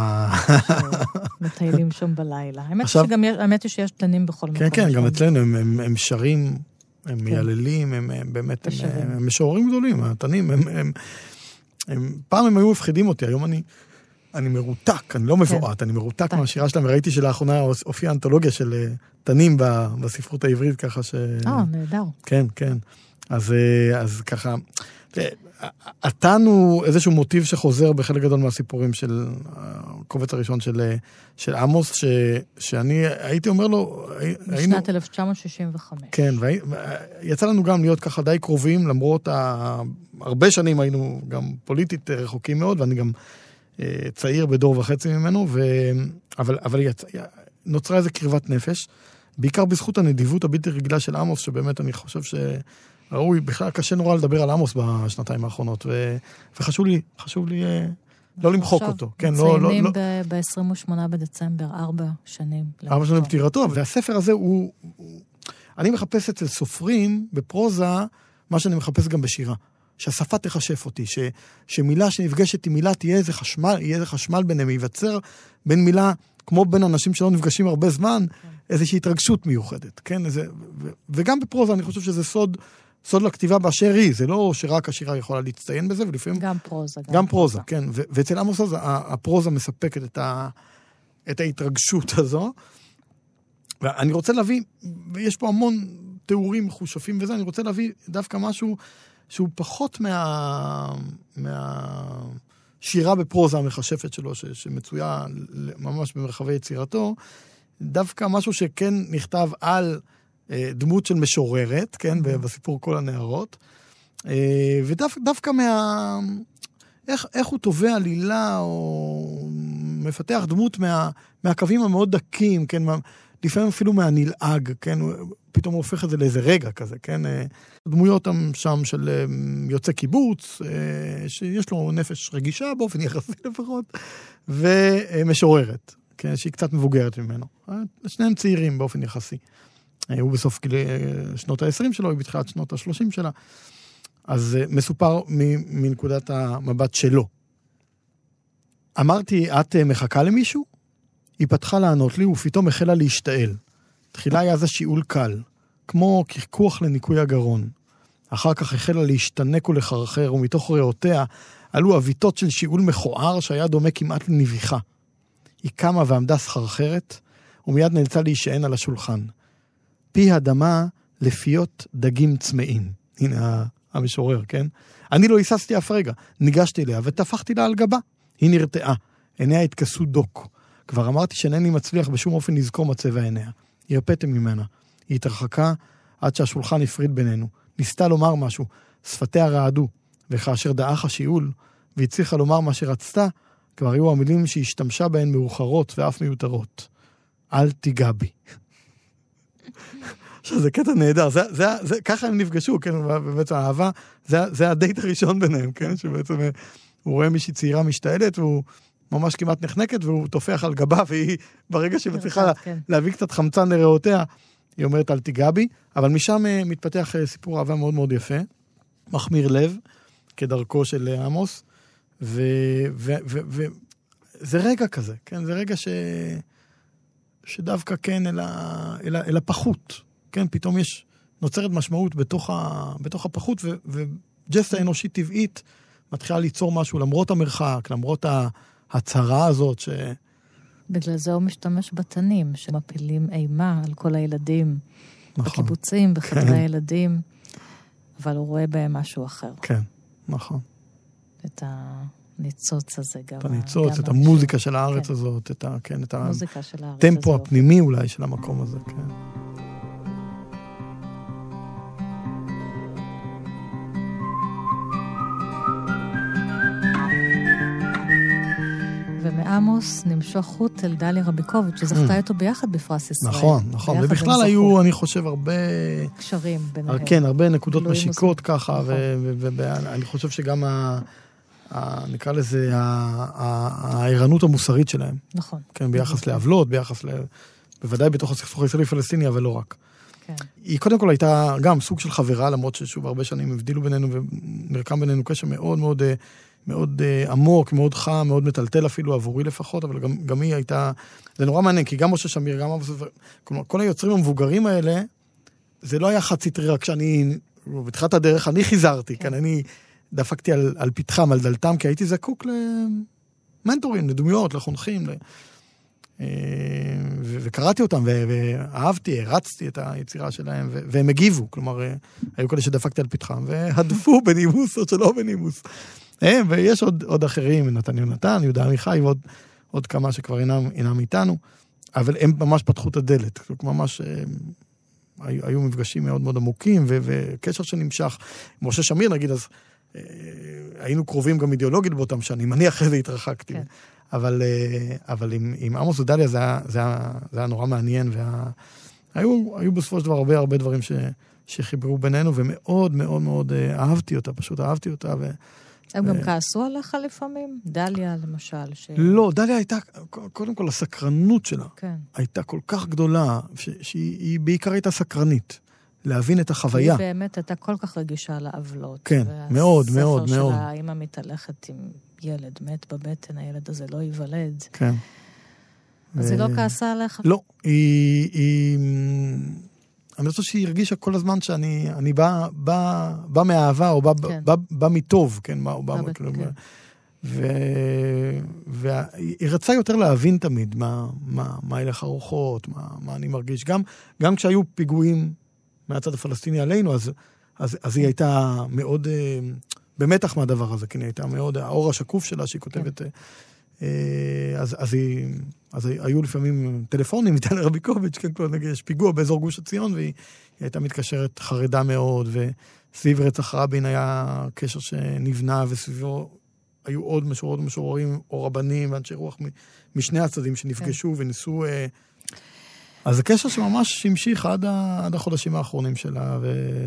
מטיילים שם בלילה. האמת היא שיש תנים בכל מקום. כן, כן, גם אצלנו הם שרים, הם מייללים, הם באמת, הם משוררים גדולים, התנים, פעם הם היו מפחידים אותי, היום אני אני מרותק, אני לא מבועת, אני מרותק מהשירה שלהם, וראיתי שלאחרונה הופיעה אנתולוגיה של תנים בספרות העברית, ככה ש... אה, נהדר. כן, כן. אז, אז ככה, עתנו איזשהו מוטיב שחוזר בחלק גדול מהסיפורים של הקובץ הראשון של, של עמוס, ש, שאני הייתי אומר לו... בשנת היינו, אלף תשע מאות שישים וחמש. כן, ויצא לנו גם להיות ככה די קרובים, למרות ה, הרבה שנים היינו גם פוליטית רחוקים מאוד, ואני גם צעיר בדור וחצי ממנו, ו, אבל, אבל יצא, נוצרה איזו קרבת נפש, בעיקר בזכות הנדיבות הבלתי רגילה של עמוס, שבאמת אני חושב ש... ראוי, בכלל קשה נורא לדבר על עמוס בשנתיים האחרונות, ו... וחשוב לי, חשוב לי לא למחוק אותו. כן, לא, לא, לא... ב-עשרים ושמונה בדצמבר, ארבע שנים. ארבע שנים פטירתו, והספר הזה הוא... אני מחפש אצל סופרים בפרוזה, מה שאני מחפש גם בשירה. שהשפה תחשף אותי, ש... שמילה שנפגשת עם מילה תהיה איזה חשמל, יהיה איזה חשמל ביניהם, ייווצר בין מילה, כמו בין אנשים שלא נפגשים הרבה זמן, איזושהי התרגשות מיוחדת, כן? איזה... ו... וגם בפרוזה אני חושב שזה סוד... סוד לכתיבה באשר היא, זה לא שרק השירה יכולה להצטיין בזה, ולפעמים... גם פרוזה. גם, גם פרוזה, פרוזה, כן. ו- ואצל עמוס הזה, הפרוזה מספקת את, ה- את ההתרגשות הזו. ואני רוצה להביא, ויש פה המון תיאורים מחושפים וזה, אני רוצה להביא דווקא משהו שהוא פחות מה... מהשירה בפרוזה המחשפת שלו, ש- שמצויה ממש במרחבי יצירתו, דווקא משהו שכן נכתב על... דמות של משוררת, כן, בסיפור כל הנערות, ודווקא מה... איך, איך הוא תובע עלילה, או מפתח דמות מה, מהקווים המאוד דקים, כן, לפעמים אפילו מהנלעג, כן, פתאום הוא הופך את זה לאיזה רגע כזה, כן, דמויות שם של יוצא קיבוץ, שיש לו נפש רגישה, באופן יחסי לפחות, ומשוררת, כן, שהיא קצת מבוגרת ממנו. שניהם צעירים באופן יחסי. הוא בסוף שנות ה-עשרים שלו, היא בתחילת שנות ה-שלושים שלה. אז מסופר מנקודת המבט שלו. אמרתי, את מחכה למישהו? היא פתחה לענות לי, ופתאום החלה להשתעל. תחילה היה זה שיעול קל, כמו קרקוח לניקוי הגרון. אחר כך החלה להשתנק ולחרחר, ומתוך ריאותיה עלו אביתות של שיעול מכוער שהיה דומה כמעט לנביחה. היא קמה ועמדה סחרחרת, ומיד נאלצה להישען על השולחן. פי הדמה לפיות דגים צמאים. הנה המשורר, כן? אני לא היססתי אף רגע. ניגשתי אליה ותפחתי לה על גבה. היא נרתעה. עיניה התכסו דוק. כבר אמרתי שאינני מצליח בשום אופן לזכור מצבע עיניה. היא הרפאתם ממנה. היא התרחקה עד שהשולחן הפריד בינינו. ניסתה לומר משהו. שפתיה רעדו. וכאשר דאח השיעול והצליחה לומר מה שרצתה, כבר היו המילים שהשתמשה בהן מאוחרות ואף מיותרות. אל תיגע בי. עכשיו, זה קטע נהדר, זה, זה, זה, ככה הם נפגשו, כן, ובעצם האהבה, זה, זה הדייט הראשון ביניהם, כן, שבעצם הוא רואה מישהי צעירה משתעלת, והוא ממש כמעט נחנקת, והוא תופח על גבה, והיא, ברגע שהיא מצליחה להביא קצת חמצן לריאותיה, היא אומרת, אל תיגע בי, אבל משם מתפתח סיפור אהבה מאוד מאוד יפה, מחמיר לב, כדרכו של עמוס, ו, ו, ו, ו, זה רגע כזה, כן, זה רגע ש... שדווקא כן אל, ה, אל, ה, אל הפחות, כן, פתאום יש, נוצרת משמעות בתוך, ה, בתוך הפחות, ו, וג'סטה האנושית טבעית מתחילה ליצור משהו, למרות המרחק, למרות ההצהרה הזאת, ש... בגלל זה הוא משתמש בתנים, שמפילים אימה על כל הילדים, נכון. בקיבוצים, בחדרי כן. הילדים, אבל הוא רואה בהם משהו אחר. כן, נכון. את ה... ניצוץ הזה גם. את הניצוץ, את המוזיקה של הארץ כן. הזאת, את ה... כן, את המוזיקה של הארץ הטמפו הפנימי אולי של המקום הזה, כן. ומעמוס נמשוך חוט אל דליה רביקוביץ', שזכתה איתו ביחד בפרס ישראל. נכון, נכון. ובכלל היו, אני חושב, הרבה... קשרים ביניהם. כן, הרבה נקודות משיקות ככה, ואני חושב שגם ה... נקרא לזה, הערנות המוסרית שלהם. נכון. כן, ביחס לעבלות, ביחס ל... בוודאי בתוך הסכסוך הישראלי-פלסטיני, אבל לא רק. כן. היא קודם כל הייתה גם סוג של חברה, למרות ששוב הרבה שנים הבדילו בינינו, ונרקם בינינו קשר מאוד מאוד, מאוד עמוק, מאוד חם, מאוד מטלטל אפילו, עבורי לפחות, אבל גם, גם היא הייתה... זה נורא מעניין, כי גם משה שמיר, גם... כלומר, כל היוצרים המבוגרים האלה, זה לא היה חצי טרי, רק שאני... בתחילת הדרך, אני חיזרתי, כן, אני... דפקתי על, על פתחם, על דלתם, כי הייתי זקוק ל... מנטורים, לדמויות, לחונכים, וקראתי אותם, ואהבתי, הרצתי את היצירה שלהם, והם הגיבו, כלומר, היו כאלה שדפקתי על פתחם, והדפו בנימוס או שלא בנימוס. ויש עוד אחרים, נתן יונתן, יהודה עמיחי, ועוד כמה שכבר אינם איתנו, אבל הם ממש פתחו את הדלת, ממש היו מפגשים מאוד מאוד עמוקים, וקשר שנמשך. משה שמיר, נגיד, אז היינו קרובים גם אידיאולוגית באותם שנים, אני אחרי זה התרחקתי. אבל, אבל עם, עם עמוס ודליה זה היה, זה היה, זה היה נורא מעניין, והיו, היו בסופו של דבר הרבה, הרבה דברים ש, שחיברו בינינו, ומאוד, מאוד, מאוד אהבתי אותה, פשוט אהבתי אותה. ו, הם גם כעסו עליך לפעמים? דליה, למשל. ש... לא, דליה הייתה, קודם כל, הסקרנות שלה, כן. הייתה כל כך גדולה, ש, שהיא בעיקר הייתה סקרנית. להבין את החוויה. היא באמת הייתה כל כך רגישה לעוולות. כן, מאוד, מאוד, מאוד. הספר שלה, האמא מתהלכת עם ילד מת בבטן, הילד הזה לא ייוולד. כן. אז היא לא כעסה עליך? לא, היא, היא... אני חושב שהיא הרגישה כל הזמן שאני אני בא, בא, בא מהאהבה, או בא, כן. בא, בא מטוב, כן, מה, או בא, בא כאילו, כן. ו... והיא רצה יותר להבין תמיד מה, מה, מה הלך הרוחות, מה, מה אני מרגיש. גם, גם כשהיו פיגועים מהצד הפלסטיני עלינו, אז, אז, אז היא הייתה מאוד במתח מהדבר הזה, כן, היא הייתה מאוד, האור השקוף שלה שהיא כותבת, אז, אז, היא, אז היו לפעמים טלפונים איתן רביקוביץ', כן, כלומר, יש פיגוע באזור גוש הציון, והיא הייתה מתקשרת חרדה מאוד, וסביב רצח רבין היה קשר שנבנה, וסביבו היו עוד משוררות ומשוררים, או רבנים, ואנשי רוח משני הצדדים שנפגשו וניסו... אז זה קשר שממש המשיך עד, ה... עד החודשים האחרונים שלה,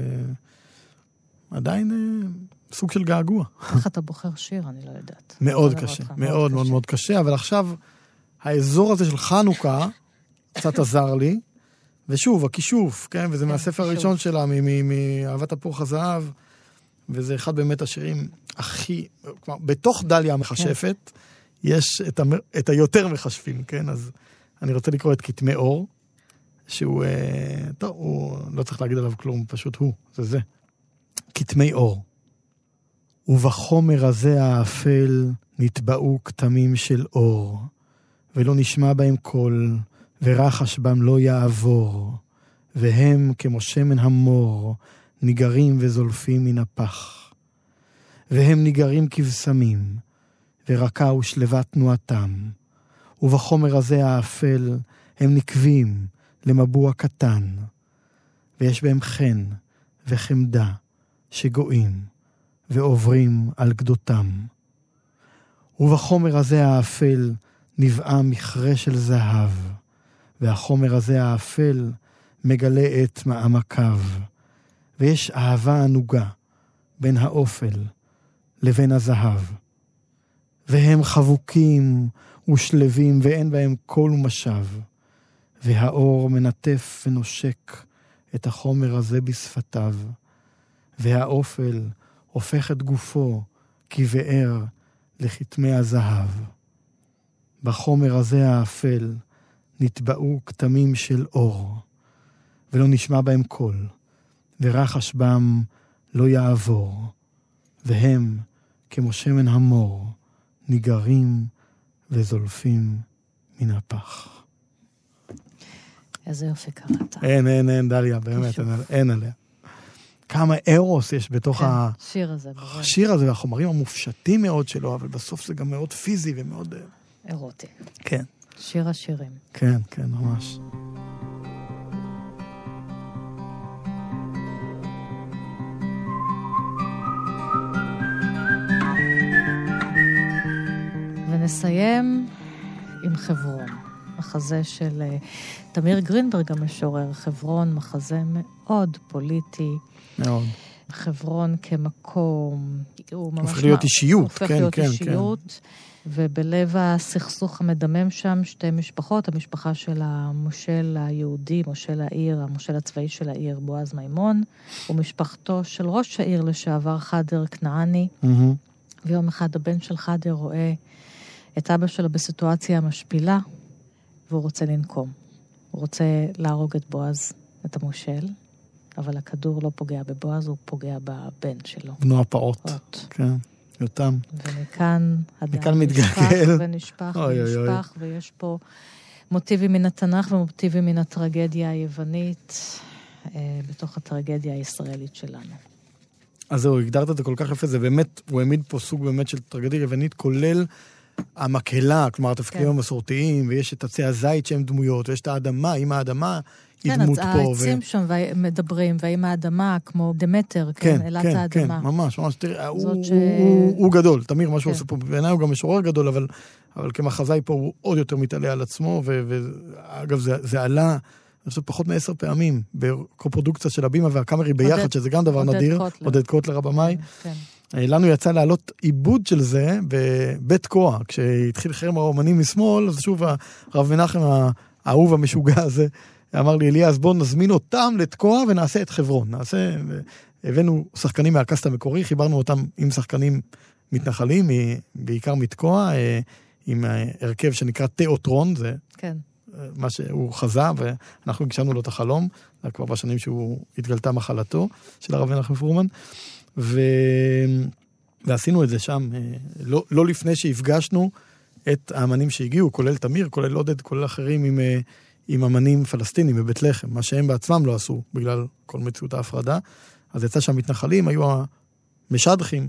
ועדיין אה, סוג של געגוע. איך אתה בוחר שיר? אני לא יודעת. מאוד קשה, מאוד מאוד, מאוד מאוד קשה, אבל עכשיו האזור הזה של חנוכה קצת עזר לי, ושוב, הכישוף, כן? וזה כן, מהספר כישוף. הראשון שלה, מאהבת תפוח הזהב, וזה אחד באמת השירים הכי, כלומר, בתוך דליה המחשפת, כן. יש את, המ... את היותר מחשפים, כן? אז אני רוצה לקרוא את כתמי אור, שהוא, טוב, הוא לא צריך להגיד עליו כלום, פשוט הוא, זה זה. כתמי אור. ובחומר הזה האפל נטבעו כתמים של אור, ולא נשמע בהם קול, ורחש בם לא יעבור, והם כמו שמן המור, ניגרים וזולפים מן הפח. והם ניגרים כבשמים, ורקה ושלווה תנועתם, ובחומר הזה האפל הם נקבים למבוע קטן, ויש בהם חן וחמדה שגועים ועוברים על גדותם. ובחומר הזה האפל נבעה מכרה של זהב, והחומר הזה האפל מגלה את מעמקיו, ויש אהבה ענוגה בין האופל לבין הזהב. והם חבוקים ושלבים ואין בהם כל ומשב, והאור מנטף ונושק את החומר הזה בשפתיו, והאופל הופך את גופו כבאר לכתמי הזהב. בחומר הזה האפל נטבעו כתמים של אור, ולא נשמע בהם קול, ורחש בם לא יעבור, והם כמו שמן המור, ניגרים וזולפים מן הפח. איזה יופי קראת. אין, אין, אין, דליה, באמת, אין, אין עליה. כמה אירוס יש בתוך כן, ה... שיר הזה. השיר הזה, והחומרים המופשטים מאוד שלו, אבל בסוף זה גם מאוד פיזי ומאוד... אירוטי. כן. שיר השירים. כן, כן, ממש. ונסיים עם חברון. מחזה של תמיר גרינברג המשורר. חברון, מחזה מאוד פוליטי. מאוד. חברון כמקום, הוא ממש... הופך להיות אישיות, הופך כן, להיות כן, אישיות, כן. ובלב הסכסוך המדמם שם שתי משפחות, המשפחה של המושל היהודי, מושל העיר, המושל הצבאי של העיר, בועז מימון, ומשפחתו של ראש העיר לשעבר, חדר כנעני, mm-hmm. ויום אחד הבן של חדר רואה את אבא שלו בסיטואציה המשפילה, והוא רוצה לנקום. הוא רוצה להרוג את בועז, את המושל, אבל הכדור לא פוגע בבועז, הוא פוגע בבן שלו. בנו הפעות. כן. יותם. ומכאן מכאן מתגלגל. ונשפך ונשפך, ויש פה מוטיבים מן התנ"ך ומוטיבים מן הטרגדיה היוונית, בתוך הטרגדיה הישראלית שלנו. אז זהו, הגדרת את זה כל כך יפה, זה באמת, הוא העמיד פה סוג באמת של טרגדיה יוונית, כולל המקהלה, כלומר, התפקידים המסורתיים, ויש את עצי הזית שהם דמויות, ויש את האדמה, עם האדמה היא דמות פה. כן, העצים שם מדברים, ועם האדמה, כמו דמטר, כן, אלת האדמה. כן, כן, ממש, ממש, תראה, הוא גדול, תמיר, מה שהוא עושה פה, בעיניי הוא גם משורר גדול, אבל כמחזאי פה הוא עוד יותר מתעלה על עצמו, ואגב, זה עלה, אני חושב, פחות מעשר פעמים, בקופרודוקציה של הבימה והקאמרי ביחד, שזה גם דבר נדיר, עודד קוטלר הבמאי. לנו יצא לעלות עיבוד של זה בבית קוע, כשהתחיל חרם האומנים משמאל, אז שוב הרב מנחם האהוב המשוגע הזה, אמר לי, אליה, אז בואו נזמין אותם לתקוע ונעשה את חברון. נעשה, הבאנו שחקנים מהקסט המקורי, חיברנו אותם עם שחקנים מתנחלים, בעיקר מתקוע, עם הרכב שנקרא תיאטרון, זה כן. מה שהוא חזה, ואנחנו הגשמנו לו את החלום, זה כבר בשנים שהוא התגלתה מחלתו, של הרב מנחם פרומן, ו... ועשינו את זה שם, לא, לא לפני שהפגשנו את האמנים שהגיעו, כולל תמיר, כולל עודד, כולל אחרים עם, עם אמנים פלסטינים בבית לחם, מה שהם בעצמם לא עשו, בגלל כל מציאות ההפרדה. אז יצא שהמתנחלים היו המשדכים,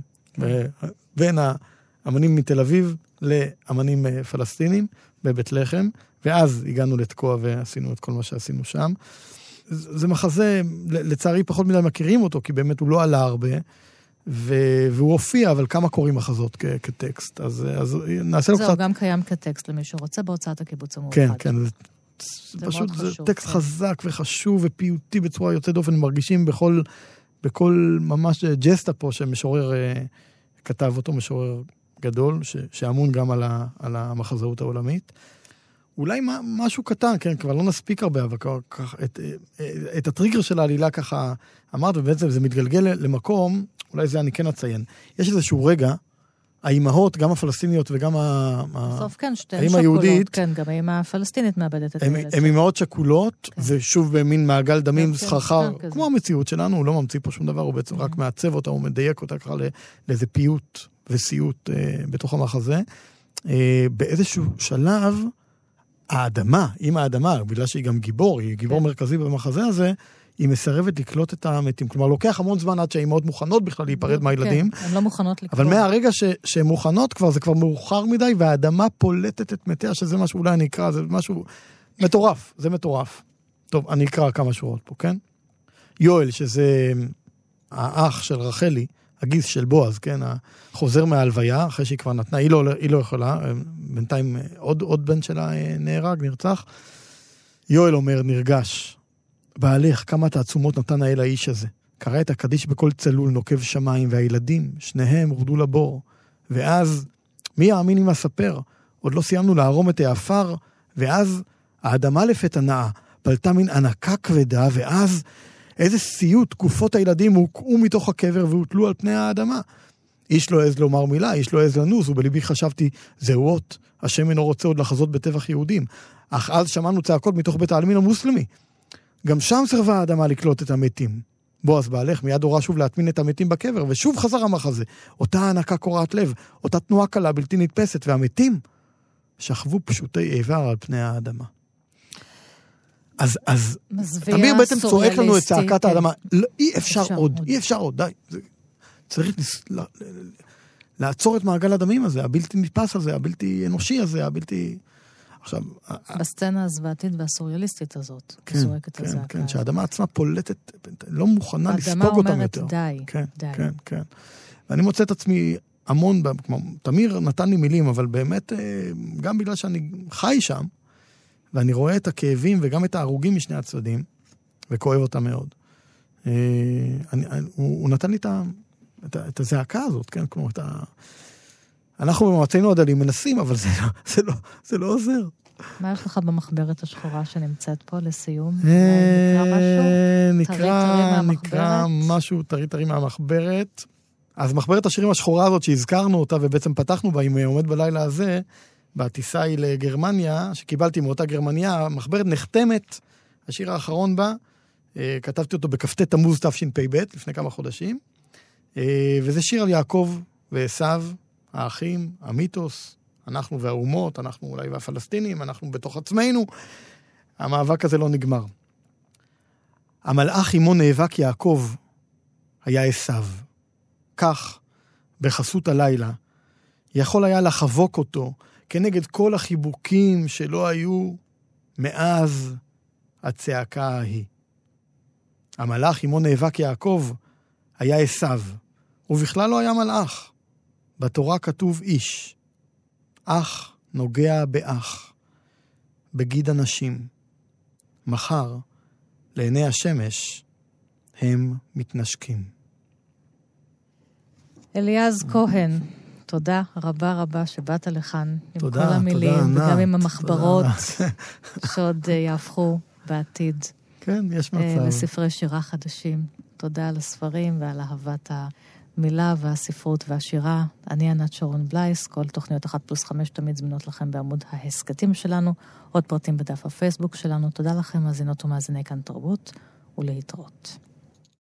בין האמנים מתל אביב לאמנים פלסטינים בבית לחם, ואז הגענו לתקוע ועשינו את כל מה שעשינו שם. זה מחזה, לצערי פחות מדי מכירים אותו, כי באמת הוא לא עלה הרבה, והוא הופיע, אבל כמה קוראים מחזות כטקסט. אז נעשה לו קצת... זהו, גם קיים כטקסט למי שרוצה בהוצאת הקיבוץ המאוחד. כן, כן. פשוט זה טקסט חזק וחשוב ופיוטי בצורה יוצאת דופן, מרגישים בכל, בכל ממש ג'סטה פה שמשורר כתב אותו, משורר גדול, שאמון גם על המחזאות העולמית. אולי משהו קטן, כן, כבר לא נספיק הרבה, אבל ככה, את, את הטריגר של העלילה ככה אמרת, ובעצם זה מתגלגל למקום, אולי זה אני כן אציין. יש איזשהו רגע, האימהות, גם הפלסטיניות וגם בסוף כן, שתיהן שכולות, כן, גם האימא הפלסטינית מאבדת את הילד. הן אימהות שכולות, ושוב במין מעגל דמים סחרחר, כמו המציאות שלנו, הוא לא ממציא פה שום דבר, הוא בעצם רק מעצב אותה, הוא מדייק אותה ככה לאיזה פיוט וסיוט בתוך המחזה. באיזשהו שלב, האדמה, עם האדמה, בגלל שהיא גם גיבור, היא גיבור כן. מרכזי במחזה הזה, היא מסרבת לקלוט את המתים. כלומר, לוקח המון זמן עד שהאימהות מוכנות בכלל להיפרד כן, מהילדים. הן לא מוכנות לקלוט. אבל מהרגע ש, שהן מוכנות כבר, זה כבר מאוחר מדי, והאדמה פולטת את מתיה, שזה משהו אולי אני אקרא, זה משהו מטורף, זה מטורף. טוב, אני אקרא כמה שורות פה, כן? יואל, שזה האח של רחלי, הגיס של בועז, כן? החוזר מההלוויה, אחרי שהיא כבר נתנה, היא לא, היא לא יכולה, בינתיים עוד, עוד בן שלה נהרג, נרצח. יואל אומר, נרגש, בעלך, כמה תעצומות נתן האל האיש הזה. קרא את הקדיש בכל צלול נוקב שמיים, והילדים, שניהם הורדו לבור. ואז, מי יאמין אם אספר? עוד לא סיימנו להרום את האפר, ואז האדמה לפתע נעה, פלטה מן ענקה כבדה, ואז איזה סיוט, גופות הילדים הוקעו מתוך הקבר והוטלו על פני האדמה. איש לא עז לומר מילה, איש לא עז לנוז, ובליבי חשבתי, זהו אות, השם אינו רוצה עוד לחזות בטבח יהודים. אך אז שמענו צעקות מתוך בית העלמין המוסלמי. גם שם סרבה האדמה לקלוט את המתים. בועז בעלך מיד הורה שוב להטמין את המתים בקבר, ושוב חזר המחזה. אותה הענקה קורעת לב, אותה תנועה קלה בלתי נתפסת, והמתים שכבו פשוטי איבר על פני האדמה. אז, אז, תמיר בעצם צועק לנו את צעקת האדמה. לא, אי אפשר עוד, אי אפשר עוד, די. צריך לעצור את מעגל הדמים הזה, הבלתי נתפס הזה, הבלתי אנושי הזה, הבלתי... עכשיו... בסצנה הזוועתית והסוריאליסטית הזאת, כן, כן, כן, שהאדמה עצמה פולטת, לא מוכנה לספוג אותם יותר. האדמה אומרת די, כן, די. כן, כן. ואני מוצא את עצמי המון, כמו, תמיר נתן לי מילים, אבל באמת, גם בגלל שאני חי שם, ואני רואה את הכאבים וגם את ההרוגים משני הצדדים, וכואב אותם מאוד. אני, הוא, הוא נתן לי את, ה, את, ה, את הזעקה הזאת, כן? כלומר, את ה... אנחנו במועצנו הדלים מנסים, אבל זה לא, זה לא, זה לא עוזר. מה יש לך במחברת השחורה שנמצאת פה לסיום? נקרא משהו? נקרא, נקרא משהו, תרי תרי מהמחברת. אז מחברת השירים השחורה הזאת שהזכרנו אותה, ובעצם פתחנו בה, אם עומד בלילה הזה, בטיסה היא לגרמניה, שקיבלתי מאותה גרמניה, המחברת נחתמת, השיר האחרון בה, כתבתי אותו בכ"ט תמוז תשפ"ב, לפני כמה חודשים, וזה שיר על יעקב ועשיו, האחים, המיתוס, אנחנו והאומות, אנחנו אולי והפלסטינים, אנחנו בתוך עצמנו. המאבק הזה לא נגמר. המלאך עמו נאבק יעקב היה עשיו. כך, בחסות הלילה, יכול היה לחבוק אותו כנגד כל החיבוקים שלא היו מאז הצעקה ההיא. המלאך עמו נאבק יעקב היה עשיו, ובכלל לא היה מלאך. בתורה כתוב איש. אח נוגע באח, בגיד אנשים. מחר, לעיני השמש, הם מתנשקים. אליעז כהן, תודה רבה רבה שבאת לכאן תודה, עם כל המילים, תודה, וגם ענת, עם המחברות שעוד יהפכו בעתיד. כן, יש מצב. לספרי שירה חדשים. תודה על הספרים ועל אהבת המילה והספרות והשירה. אני ענת שרון בלייס, כל תוכניות אחת פלוס חמש תמיד זמינות לכם בעמוד ההסקטים שלנו, עוד פרטים בדף הפייסבוק שלנו. תודה לכם, מאזינות ומאזיני כאן תרבות, ולהתראות.